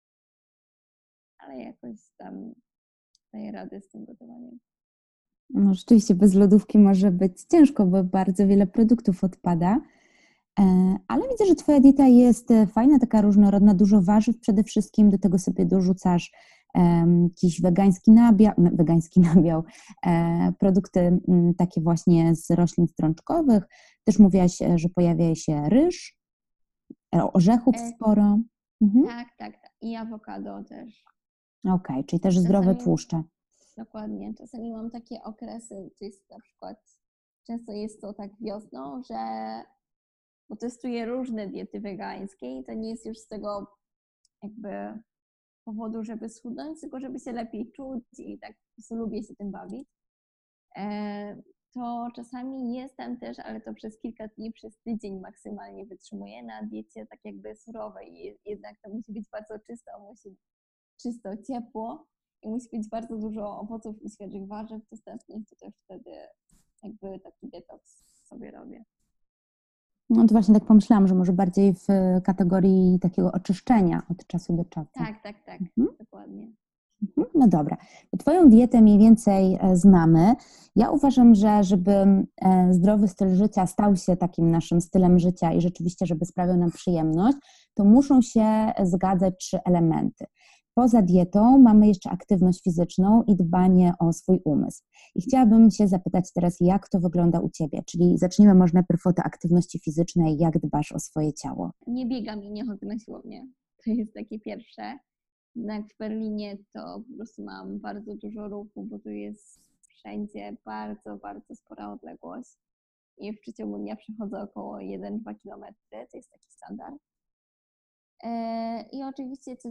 ale jakoś tam daję radę z tym gotowaniem. No, rzeczywiście bez lodówki może być ciężko, bo bardzo wiele produktów odpada, ale widzę, że Twoja dieta jest fajna, taka różnorodna, dużo warzyw przede wszystkim, do tego sobie dorzucasz jakiś wegański nabiał, wegański nabiał, produkty takie właśnie z roślin strączkowych. Też mówiłaś, że pojawia się ryż, orzechów E, sporo. Mhm. Tak, tak, tak. I awokado też. Okej, okay, czyli też zdrowe Czasami, tłuszcze. dokładnie. Czasami mam takie okresy, to jest na przykład, często jest to tak wiosną, że bo testuję różne diety wegańskie i to nie jest już z tego jakby powodu, żeby schudnąć, tylko żeby się lepiej czuć i tak po prostu lubię się tym bawić. E, to czasami jestem też, ale to przez kilka dni, przez tydzień maksymalnie wytrzymuję na diecie tak jakby surowej. Jednak to musi być bardzo czysto, musi być czysto, ciepło i musi być bardzo dużo owoców i świeżych warzyw dostępnych, to też wtedy jakby taki detoks sobie robię. No to właśnie tak pomyślałam, że może bardziej w kategorii takiego oczyszczenia od czasu do czasu. Tak, tak, tak, mhm. Dokładnie. No dobra, Twoją dietę mniej więcej znamy. Ja uważam, że żeby zdrowy styl życia stał się takim naszym stylem życia i rzeczywiście, żeby sprawiał nam przyjemność, to muszą się zgadzać trzy elementy. Poza dietą mamy jeszcze aktywność fizyczną i dbanie o swój umysł. I chciałabym się zapytać teraz, jak to wygląda u Ciebie? Czyli zacznijmy może najpierw od aktywności fizycznej, jak dbasz o swoje ciało? Nie biegam i nie chodzę na siłownię. To jest takie pierwsze. Jednak w Berlinie to po prostu mam bardzo dużo ruchu, bo tu jest wszędzie bardzo, bardzo spora odległość. I w przeciągu dnia przechodzę około jeden do dwóch kilometrów, to jest taki standard. I oczywiście co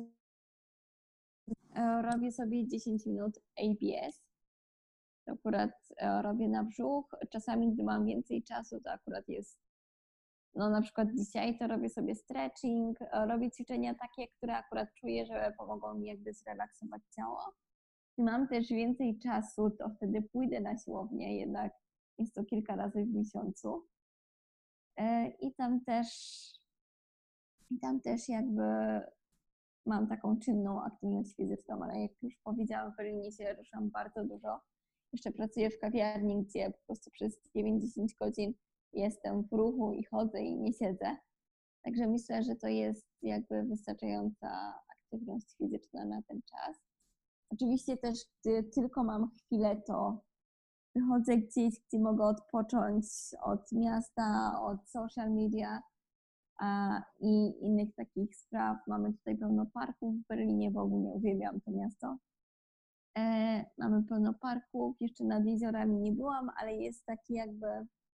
robię sobie dziesięć minut A B S. To akurat robię na brzuch. Czasami, gdy mam więcej czasu, to akurat jest, no na przykład dzisiaj to robię sobie stretching, robię ćwiczenia takie, które akurat czuję, że pomogą mi jakby zrelaksować ciało. Gdy mam też więcej czasu, to wtedy pójdę na siłownię, jednak jest to kilka razy w miesiącu. I tam też, i tam też jakby mam taką czynną aktywność fizyczną, ale jak już powiedziałam, w Berlinie się ruszam bardzo dużo. Jeszcze pracuję w kawiarni, gdzie po prostu przez dziewięć do dziesięciu godzin jestem w ruchu i chodzę i nie siedzę. Także myślę, że to jest jakby wystarczająca aktywność fizyczna na ten czas. Oczywiście też, gdy tylko mam chwilę, to wychodzę gdzieś, gdzie mogę odpocząć od miasta, od social media a, i innych takich spraw. Mamy tutaj pełno parków w Berlinie, w ogóle uwielbiam to miasto. E, mamy pełno parków, jeszcze nad jeziorami nie byłam, ale jest taki jakby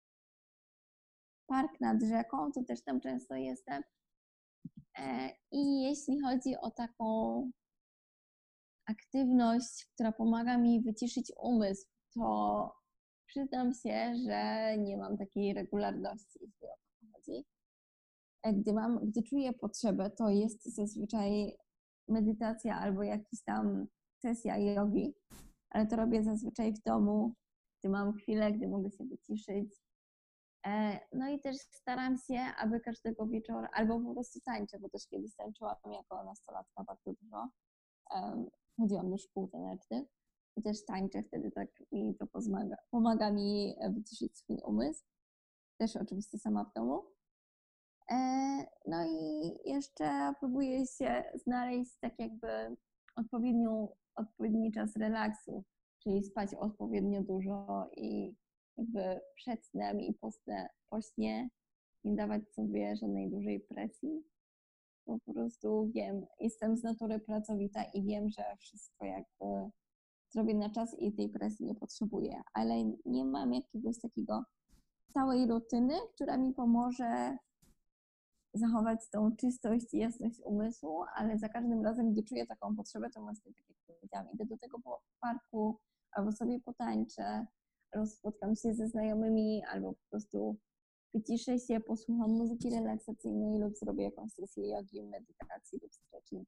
park nad rzeką, to też tam często jestem. E, I jeśli chodzi o taką aktywność, która pomaga mi wyciszyć umysł, to przyznam się, że nie mam takiej regularności, jeśli o to chodzi. Gdy, mam, gdy czuję potrzebę, to jest zazwyczaj medytacja albo jakaś tam sesja jogi, ale to robię zazwyczaj w domu, gdy mam chwilę, gdy mogę się wyciszyć. No i też staram się, aby każdego wieczoru, albo po prostu tańczę, bo też kiedyś tańczyłam jako nastolatka bardzo dużo. Um, chodziłam do szkół tanecznych i też tańczę wtedy, tak mi to pomaga, pomaga mi wyciszyć swój umysł. Też oczywiście sama w domu. E, no i jeszcze próbuję się znaleźć tak jakby odpowiednią, odpowiedni czas relaksu, czyli spać odpowiednio dużo i jakby przed snem i po, sne, po śnie nie dawać sobie żadnej dużej presji. Po prostu wiem, jestem z natury pracowita i wiem, że wszystko jakby zrobię na czas i tej presji nie potrzebuję, ale nie mam jakiegoś takiego całej rutyny, która mi pomoże zachować tą czystość i jasność umysłu, ale za każdym razem, gdy czuję taką potrzebę, to właśnie tak jak powiedziałam, idę do tego parku, albo sobie potańczę, albo spotkam się ze znajomymi, albo po prostu wyciszę się, posłucham muzyki relaksacyjnej lub zrobię jakąś sesję jogi, medytacji lub stretching.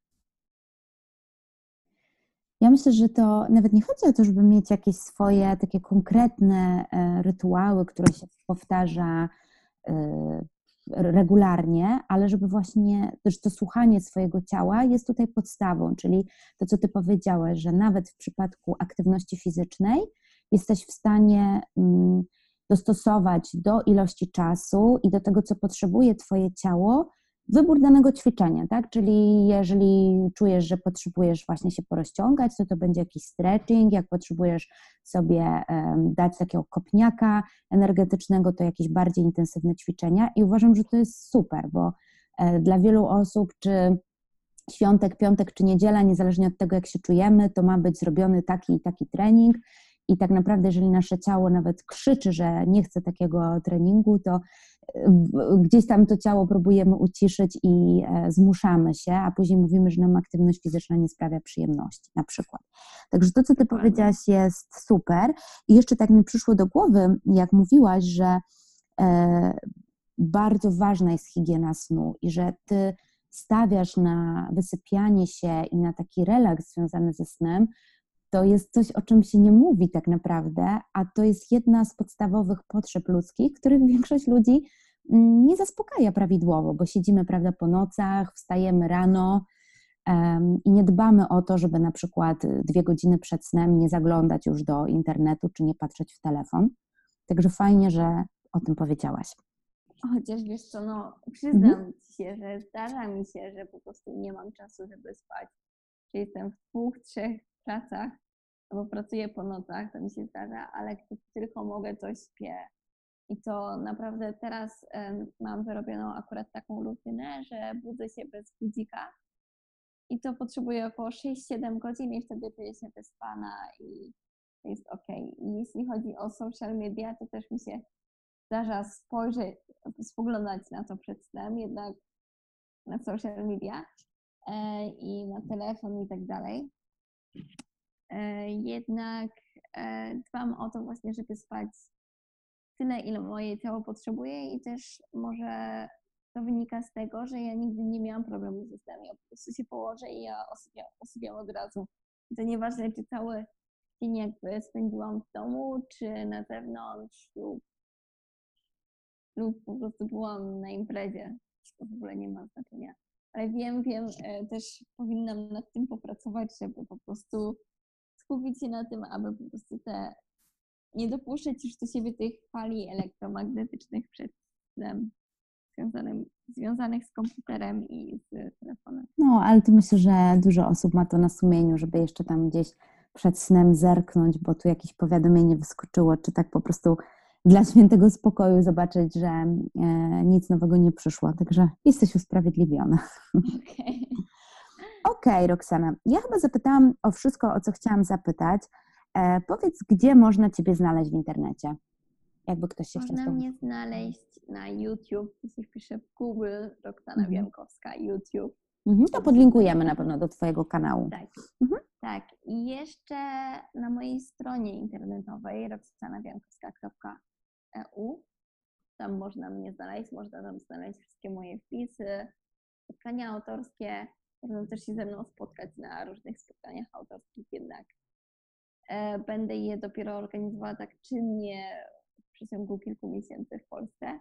Ja myślę, że to nawet nie chodzi o to, żeby mieć jakieś swoje takie konkretne rytuały, które się powtarza regularnie, ale żeby właśnie też to słuchanie swojego ciała jest tutaj podstawą, czyli to, co ty powiedziałaś, że nawet w przypadku aktywności fizycznej jesteś w stanie dostosować do ilości czasu i do tego, co potrzebuje twoje ciało, wybór danego ćwiczenia, tak? Czyli jeżeli czujesz, że potrzebujesz właśnie się porozciągać, to to będzie jakiś stretching, jak potrzebujesz sobie um, dać takiego kopniaka energetycznego, to jakieś bardziej intensywne ćwiczenia i uważam, że to jest super, bo e, dla wielu osób, czy świątek, piątek, czy niedziela, niezależnie od tego, jak się czujemy, to ma być zrobiony taki i taki trening i tak naprawdę, jeżeli nasze ciało nawet krzyczy, że nie chce takiego treningu, to gdzieś tam to ciało próbujemy uciszyć i zmuszamy się, a później mówimy, że nam aktywność fizyczna nie sprawia przyjemności, na przykład. Także to, co ty powiedziałaś, jest super. I jeszcze tak mi przyszło do głowy, jak mówiłaś, że e, bardzo ważna jest higiena snu i że ty stawiasz na wysypianie się i na taki relaks związany ze snem, to jest coś, o czym się nie mówi tak naprawdę, a to jest jedna z podstawowych potrzeb ludzkich, których większość ludzi nie zaspokaja prawidłowo, bo siedzimy, prawda, po nocach, wstajemy rano um, i nie dbamy o to, żeby na przykład dwie godziny przed snem nie zaglądać już do internetu, czy nie patrzeć w telefon. Także fajnie, że o tym powiedziałaś. Chociaż wiesz co, no przyznam mhm. ci się, że zdarza mi się, że po prostu nie mam czasu, żeby spać. Że jestem w dwóch, trzech pracach, albo pracuję po nocach, to mi się zdarza, ale gdy tylko mogę, to śpię. I to naprawdę teraz um, mam wyrobioną akurat taką rutynę, że budzę się bez budzika i to potrzebuję około sześć siedem godzin i wtedy czuję się wyspana i to jest okej. Okay. I jeśli chodzi o social media, to też mi się zdarza spojrzeć, spoglądać na to przed snem, jednak na social media e, i na telefon i tak dalej. E, jednak e, dbam o to właśnie, żeby spać tyle, ile moje ciało potrzebuje i też może to wynika z tego, że ja nigdy nie miałam problemu ze snem. Ja po prostu się położę i ja osypiam, osypiam od razu. I to nieważne, czy cały dzień jakby spędziłam w domu, czy na zewnątrz lub, lub po prostu byłam na imprezie. To w ogóle nie ma znaczenia. ale wiem, wiem, e, też powinnam nad tym popracować, żeby po prostu skupić się na tym, aby po prostu te nie dopuszczać już do siebie tych fali elektromagnetycznych przed snem związanym, związanych z komputerem i z telefonem. No, ale to myślę, że dużo osób ma to na sumieniu, żeby jeszcze tam gdzieś przed snem zerknąć, bo tu jakieś powiadomienie wyskoczyło, czy tak po prostu dla świętego spokoju zobaczyć, że e, nic nowego nie przyszło. Także jesteś usprawiedliwiona. Okej. Okej, okay, Roxana, ja chyba zapytałam o wszystko, o co chciałam zapytać. E, powiedz, gdzie można Ciebie znaleźć w internecie? Jakby ktoś się Można chciał... mnie znaleźć na YouTube, jeśli wpiszę w Google Roxana Mhm. Wiemkowska, YouTube. Mhm, to podlinkujemy na pewno do Twojego kanału. Tak, Mhm. tak. I jeszcze na mojej stronie internetowej roxana wiemkowska kropka e u. Tam można mnie znaleźć, można tam znaleźć wszystkie moje wpisy, spotkania autorskie. Można też się ze mną spotkać na różnych spotkaniach autorskich jednak. E, będę je dopiero organizowała tak czynnie w przeciągu kilku miesięcy w Polsce.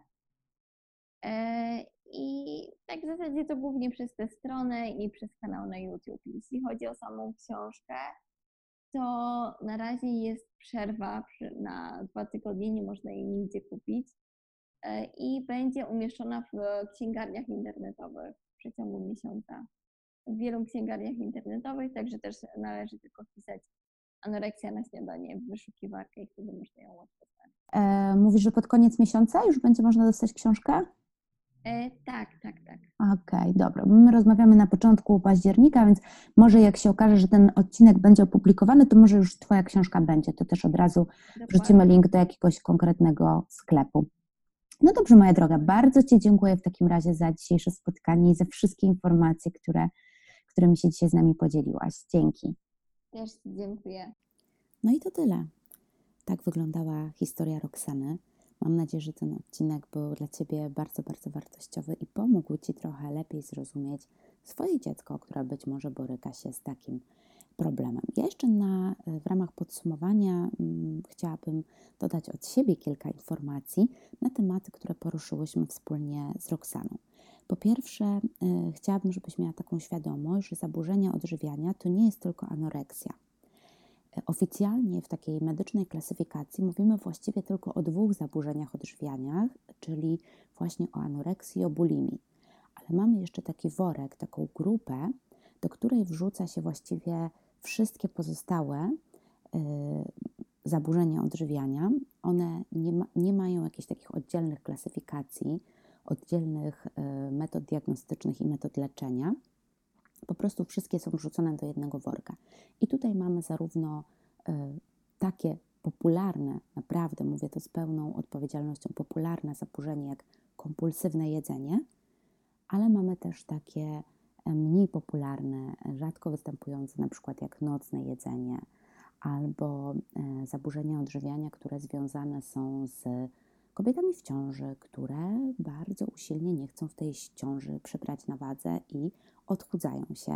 E, I tak w zasadzie to głównie przez tę stronę i przez kanał na YouTube. Jeśli chodzi o samą książkę, to na razie jest przerwa na dwa tygodnie, nie można jej nigdzie kupić e, i będzie umieszczona w księgarniach internetowych w przeciągu miesiąca. W wielu księgarniach internetowych, także też należy tylko wpisać anoreksja na śniadanie w wyszukiwarkę i wtedy można ją łatwo znaleźć. E, mówisz, że pod koniec miesiąca już będzie można dostać książkę? E, tak, tak, tak. Okej, okay, dobra. My rozmawiamy na początku października, więc może jak się okaże, że ten odcinek będzie opublikowany, to może już Twoja książka będzie. To też od razu Dokładnie. Wrzucimy link do jakiegoś konkretnego sklepu. No dobrze, moja droga, bardzo Ci dziękuję w takim razie za dzisiejsze spotkanie i za wszystkie informacje, które, którymi się dzisiaj z nami podzieliłaś. Dzięki. Też dziękuję. No i to tyle. Tak wyglądała historia Roxany. Mam nadzieję, że ten odcinek był dla Ciebie bardzo, bardzo wartościowy i pomógł Ci trochę lepiej zrozumieć swoje dziecko, które być może boryka się z takim problemem. Ja jeszcze na, w ramach podsumowania hmm, chciałabym dodać od siebie kilka informacji na tematy, które poruszyłyśmy wspólnie z Roxaną. Po pierwsze, y, chciałabym, żebyś miała taką świadomość, że zaburzenia odżywiania to nie jest tylko anoreksja. Oficjalnie w takiej medycznej klasyfikacji mówimy właściwie tylko o dwóch zaburzeniach odżywiania, czyli właśnie o anoreksji i o bulimii. Ale mamy jeszcze taki worek, taką grupę, do której wrzuca się właściwie wszystkie pozostałe y, zaburzenia odżywiania. One nie, ma, nie mają jakichś takich oddzielnych klasyfikacji, oddzielnych y, metod diagnostycznych i metod leczenia. Po prostu wszystkie są wrzucone do jednego worka. I tutaj mamy zarówno y, takie popularne, naprawdę mówię to z pełną odpowiedzialnością, popularne zaburzenie jak kompulsywne jedzenie, ale mamy też takie mniej popularne, rzadko występujące, na przykład jak nocne jedzenie albo y, zaburzenia odżywiania, które związane są z kobietami w ciąży, które bardzo usilnie nie chcą w tej ciąży przybrać na wadze i odchudzają się,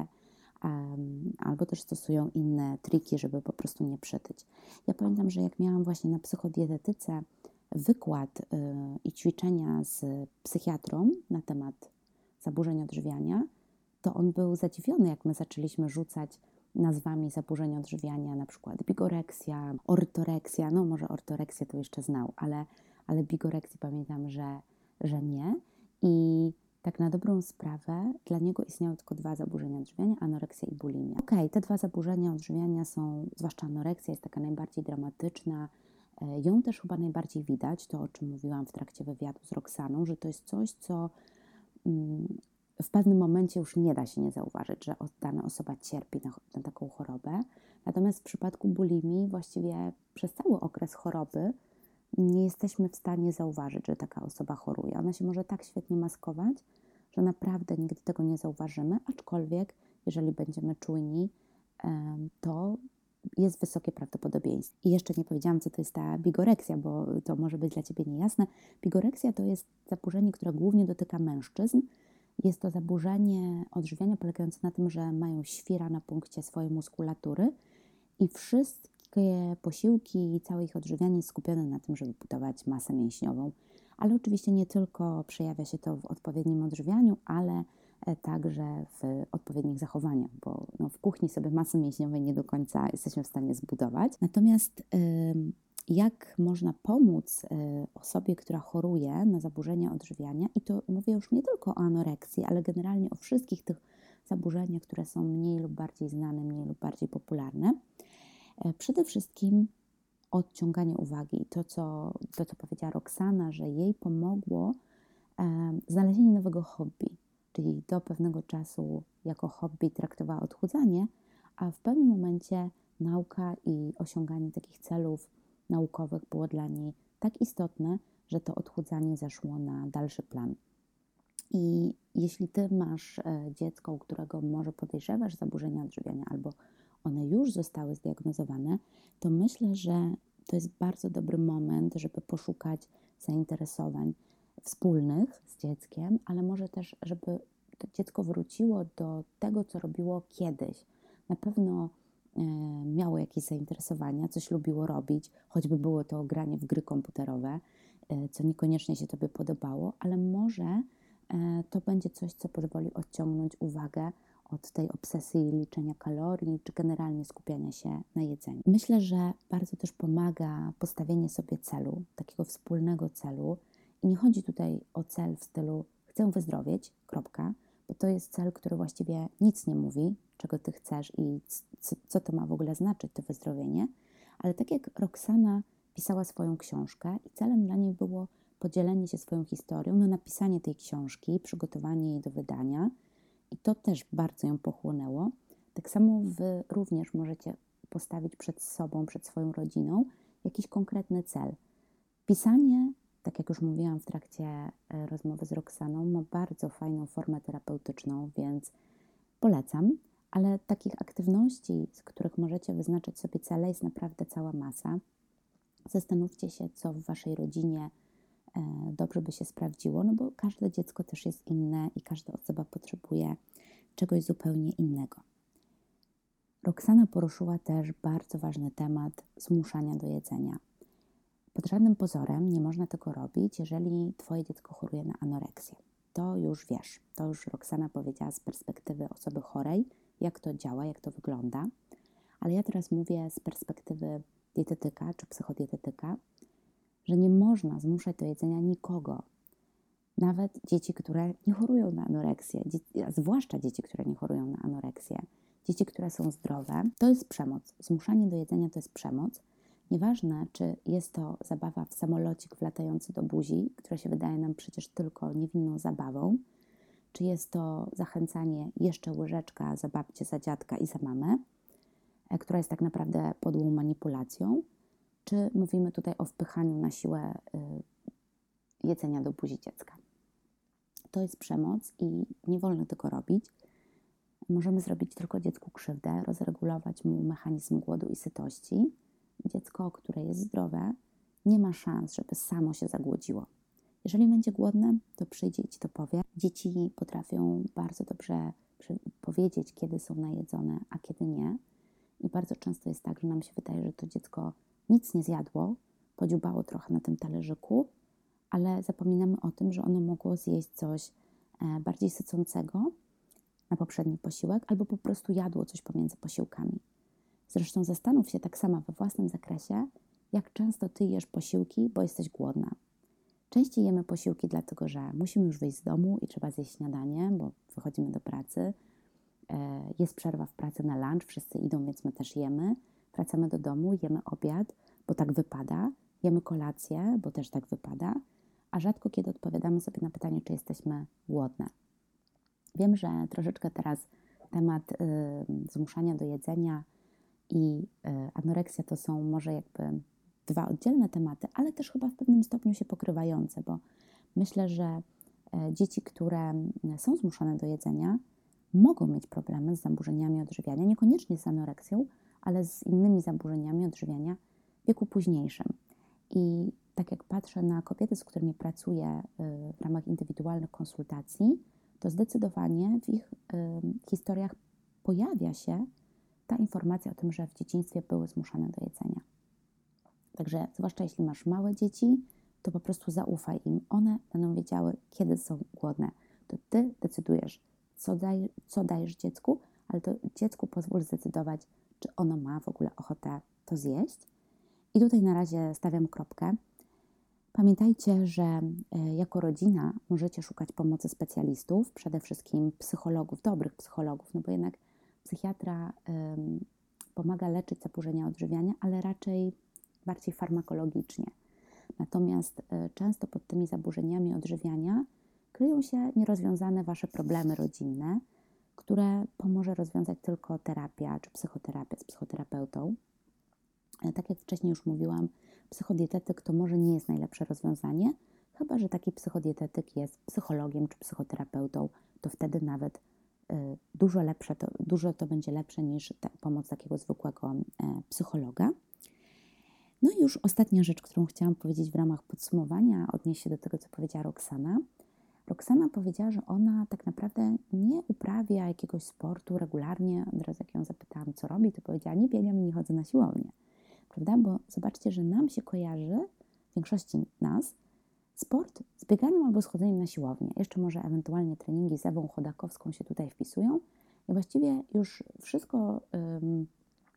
um, albo też stosują inne triki, żeby po prostu nie przytyć. Ja pamiętam, że jak miałam właśnie na psychodietetyce wykład y, i ćwiczenia z psychiatrą na temat zaburzeń odżywiania, to on był zadziwiony, jak my zaczęliśmy rzucać nazwami zaburzeń odżywiania, na przykład bigoreksja, ortoreksja, no może ortoreksję to jeszcze znał, ale, ale bigoreksji pamiętam, że, że nie. I tak na dobrą sprawę dla niego istniały tylko dwa zaburzenia odżywiania, anoreksja i bulimia. Okej, okay, te dwa zaburzenia odżywiania są, zwłaszcza anoreksja jest taka najbardziej dramatyczna, ją też chyba najbardziej widać, to o czym mówiłam w trakcie wywiadu z Roxaną, że to jest coś, co mm, w pewnym momencie już nie da się nie zauważyć, że dana osoba cierpi na, na taką chorobę. Natomiast w przypadku bulimii właściwie przez cały okres choroby nie jesteśmy w stanie zauważyć, że taka osoba choruje. Ona się może tak świetnie maskować, że naprawdę nigdy tego nie zauważymy, aczkolwiek jeżeli będziemy czujni, to jest wysokie prawdopodobieństwo. I jeszcze nie powiedziałam, co to jest ta bigoreksja, bo to może być dla Ciebie niejasne. Bigoreksja to jest zaburzenie, które głównie dotyka mężczyzn. Jest to zaburzenie odżywiania polegające na tym, że mają świra na punkcie swojej muskulatury i wszystkie posiłki i całe ich odżywianie jest skupione na tym, żeby budować masę mięśniową. Ale oczywiście nie tylko przejawia się to w odpowiednim odżywianiu, ale także w odpowiednich zachowaniach, bo no, w kuchni sobie masy mięśniowej nie do końca jesteśmy w stanie zbudować. Natomiast jak można pomóc osobie, która choruje na zaburzenia odżywiania, i to mówię już nie tylko o anoreksji, ale generalnie o wszystkich tych zaburzeniach, które są mniej lub bardziej znane, mniej lub bardziej popularne. Przede wszystkim odciąganie uwagi. To, co, to, co powiedziała Roxana, że jej pomogło e, znalezienie nowego hobby, czyli do pewnego czasu jako hobby traktowała odchudzanie, a w pewnym momencie nauka i osiąganie takich celów naukowych było dla niej tak istotne, że to odchudzanie zeszło na dalszy plan. I jeśli Ty masz dziecko, u którego może podejrzewasz zaburzenia odżywiania albo one już zostały zdiagnozowane, to myślę, że to jest bardzo dobry moment, żeby poszukać zainteresowań wspólnych z dzieckiem, ale może też, żeby to dziecko wróciło do tego, co robiło kiedyś. Na pewno e, miało jakieś zainteresowania, coś lubiło robić, choćby było to granie w gry komputerowe, e, co niekoniecznie się Tobie podobało, ale może to będzie coś, co pozwoli odciągnąć uwagę od tej obsesji liczenia kalorii, czy generalnie skupiania się na jedzeniu. Myślę, że bardzo też pomaga postawienie sobie celu, takiego wspólnego celu. I nie chodzi tutaj o cel w stylu chcę wyzdrowieć, kropka, bo to jest cel, który właściwie nic nie mówi, czego Ty chcesz i c- co to ma w ogóle znaczyć, to wyzdrowienie. Ale tak jak Roxana pisała swoją książkę i celem dla niej było podzielenie się swoją historią, no napisanie tej książki, przygotowanie jej do wydania i to też bardzo ją pochłonęło. Tak samo Wy również możecie postawić przed sobą, przed swoją rodziną jakiś konkretny cel. Pisanie, tak jak już mówiłam w trakcie rozmowy z Roxaną, ma bardzo fajną formę terapeutyczną, więc polecam, ale takich aktywności, z których możecie wyznaczyć sobie cele, jest naprawdę cała masa. Zastanówcie się, co w Waszej rodzinie dobrze by się sprawdziło, no bo każde dziecko też jest inne i każda osoba potrzebuje czegoś zupełnie innego. Roxana poruszyła też bardzo ważny temat zmuszania do jedzenia. Pod żadnym pozorem nie można tego robić, jeżeli Twoje dziecko choruje na anoreksję. To już wiesz, to już Roxana powiedziała z perspektywy osoby chorej, jak to działa, jak to wygląda, ale ja teraz mówię z perspektywy dietetyka czy psychodietetyka, że nie można zmuszać do jedzenia nikogo, nawet dzieci, które nie chorują na anoreksję, a zwłaszcza dzieci, które nie chorują na anoreksję, dzieci, które są zdrowe, to jest przemoc. Zmuszanie do jedzenia to jest przemoc. Nieważne, czy jest to zabawa w samolocik wlatający do buzi, która się wydaje nam przecież tylko niewinną zabawą, czy jest to zachęcanie jeszcze łyżeczka za babcię, za dziadka i za mamę, która jest tak naprawdę podłą manipulacją, czy mówimy tutaj o wpychaniu na siłę y, jedzenia do buzi dziecka. To jest przemoc i nie wolno tego robić. Możemy zrobić tylko dziecku krzywdę, rozregulować mu mechanizm głodu i sytości. Dziecko, które jest zdrowe, nie ma szans, żeby samo się zagłodziło. Jeżeli będzie głodne, to przyjdzie i Ci to powie. Dzieci potrafią bardzo dobrze powiedzieć, kiedy są najedzone, a kiedy nie. I bardzo często jest tak, że nam się wydaje, że to dziecko nic nie zjadło, podziubało trochę na tym talerzyku, ale zapominamy o tym, że ono mogło zjeść coś bardziej sycącego na poprzedni posiłek, albo po prostu jadło coś pomiędzy posiłkami. Zresztą zastanów się tak samo we własnym zakresie, jak często Ty jesz posiłki, bo jesteś głodna. Częściej jemy posiłki dlatego, że musimy już wyjść z domu i trzeba zjeść śniadanie, bo wychodzimy do pracy. Jest przerwa w pracy na lunch, wszyscy idą, więc my też jemy. Wracamy do domu, jemy obiad, bo tak wypada. Jemy kolację, bo też tak wypada. A rzadko kiedy odpowiadamy sobie na pytanie, czy jesteśmy głodne. Wiem, że troszeczkę teraz temat y, zmuszania do jedzenia i y, anoreksja to są może jakby dwa oddzielne tematy, ale też chyba w pewnym stopniu się pokrywające, bo myślę, że y, dzieci, które są zmuszone do jedzenia, mogą mieć problemy z zaburzeniami odżywiania, niekoniecznie z anoreksją, ale z innymi zaburzeniami odżywiania w wieku późniejszym. I tak jak patrzę na kobiety, z którymi pracuję y, w ramach indywidualnych konsultacji, to zdecydowanie w ich y, historiach pojawia się ta informacja o tym, że w dzieciństwie były zmuszane do jedzenia. Także zwłaszcza jeśli masz małe dzieci, to po prostu zaufaj im. One będą wiedziały, kiedy są głodne. To Ty decydujesz, co, daj, co dajesz dziecku, ale to dziecku pozwól zdecydować, czy ono ma w ogóle ochotę to zjeść. I tutaj na razie stawiam kropkę. Pamiętajcie, że jako rodzina możecie szukać pomocy specjalistów, przede wszystkim psychologów, dobrych psychologów, no bo jednak psychiatra ym, pomaga leczyć zaburzenia odżywiania, ale raczej bardziej farmakologicznie. Natomiast y, często pod tymi zaburzeniami odżywiania kryją się nierozwiązane Wasze problemy rodzinne, które pomoże rozwiązać tylko terapia czy psychoterapia z psychoterapeutą. Tak jak wcześniej już mówiłam, psychodietetyk to może nie jest najlepsze rozwiązanie, chyba że taki psychodietetyk jest psychologiem czy psychoterapeutą, to wtedy nawet y, dużo lepsze, to, dużo to będzie lepsze niż ta, pomoc takiego zwykłego e, psychologa. No i już ostatnia rzecz, którą chciałam powiedzieć w ramach podsumowania, odnieść się do tego, co powiedziała Roxana. Roxana powiedziała, że ona tak naprawdę nie uprawia jakiegoś sportu regularnie. Od razu jak ją zapytałam, co robi, to powiedziała, nie biegam i nie chodzę na siłownię. Prawda? Bo zobaczcie, że nam się kojarzy, większości nas, sport z bieganiem albo z chodzeniem na siłownię. Jeszcze może ewentualnie treningi z Ewą Chodakowską się tutaj wpisują. I właściwie już wszystko ym,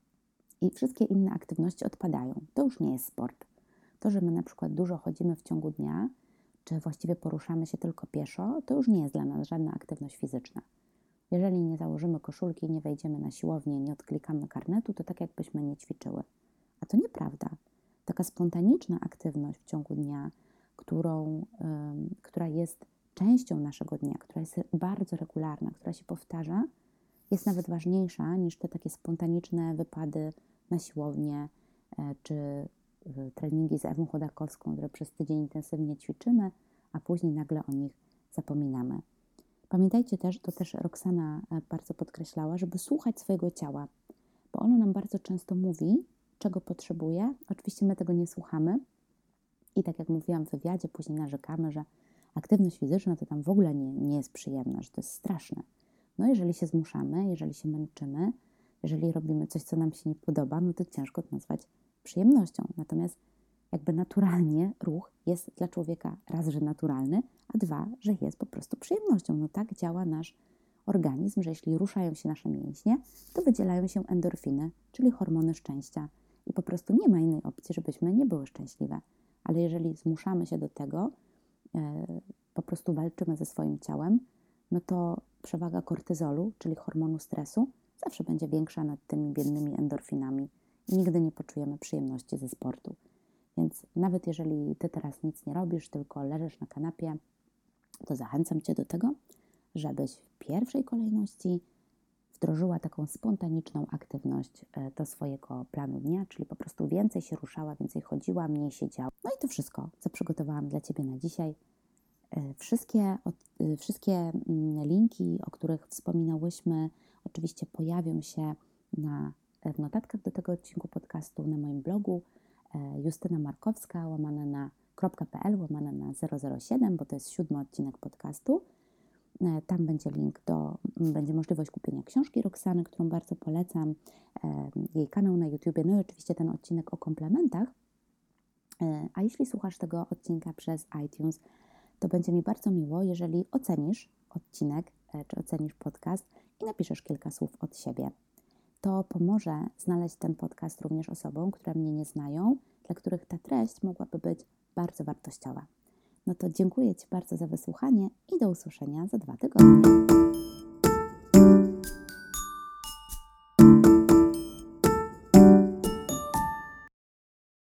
i wszystkie inne aktywności odpadają. To już nie jest sport. To, że my na przykład dużo chodzimy w ciągu dnia, czy właściwie poruszamy się tylko pieszo, to już nie jest dla nas żadna aktywność fizyczna. Jeżeli nie założymy koszulki, nie wejdziemy na siłownię, nie odklikamy karnetu, to tak jakbyśmy nie ćwiczyły. A to nieprawda. Taka spontaniczna aktywność w ciągu dnia, którą, ym, która jest częścią naszego dnia, która jest bardzo regularna, która się powtarza, jest nawet ważniejsza niż te takie spontaniczne wypady na siłownię e, czy y, treningi z Ewą Chodakowską, które przez tydzień intensywnie ćwiczymy, a później nagle o nich zapominamy. Pamiętajcie też, to też Roxana bardzo podkreślała, żeby słuchać swojego ciała, bo ono nam bardzo często mówi, czego potrzebuje. Oczywiście my tego nie słuchamy i tak jak mówiłam w wywiadzie, później narzekamy, że aktywność fizyczna to tam w ogóle nie, nie jest przyjemna, że to jest straszne. No jeżeli się zmuszamy, jeżeli się męczymy, jeżeli robimy coś, co nam się nie podoba, no to ciężko to nazwać przyjemnością. Natomiast jakby naturalnie ruch jest dla człowieka raz, że naturalny, a dwa, że jest po prostu przyjemnością. No tak działa nasz organizm, że jeśli ruszają się nasze mięśnie, to wydzielają się endorfiny, czyli hormony szczęścia. I po prostu nie ma innej opcji, żebyśmy nie były szczęśliwe. Ale jeżeli zmuszamy się do tego, yy, po prostu walczymy ze swoim ciałem, no to przewaga kortyzolu, czyli hormonu stresu, zawsze będzie większa nad tymi biednymi endorfinami i nigdy nie poczujemy przyjemności ze sportu. Więc nawet jeżeli Ty teraz nic nie robisz, tylko leżysz na kanapie, to zachęcam Cię do tego, żebyś w pierwszej kolejności wdrożyła taką spontaniczną aktywność do swojego planu dnia, czyli po prostu więcej się ruszała, więcej chodziła, mniej siedziała. No i to wszystko, co przygotowałam dla Ciebie na dzisiaj. Wszystkie, wszystkie linki, o których wspominałyśmy, oczywiście pojawią się na, w notatkach do tego odcinku podcastu na moim blogu Justyna Markowska, łamane na .pl, łamane na zero zero siedem, bo to jest siódmy odcinek podcastu. Tam będzie link do, będzie możliwość kupienia książki Roxany, którą bardzo polecam, jej kanał na YouTubie, no i oczywiście ten odcinek o komplementach. A jeśli słuchasz tego odcinka przez iTunes, to będzie mi bardzo miło, jeżeli ocenisz odcinek, czy ocenisz podcast i napiszesz kilka słów od siebie. To pomoże znaleźć ten podcast również osobom, które mnie nie znają, dla których ta treść mogłaby być bardzo wartościowa. No to dziękuję Ci bardzo za wysłuchanie i do usłyszenia za dwa tygodnie.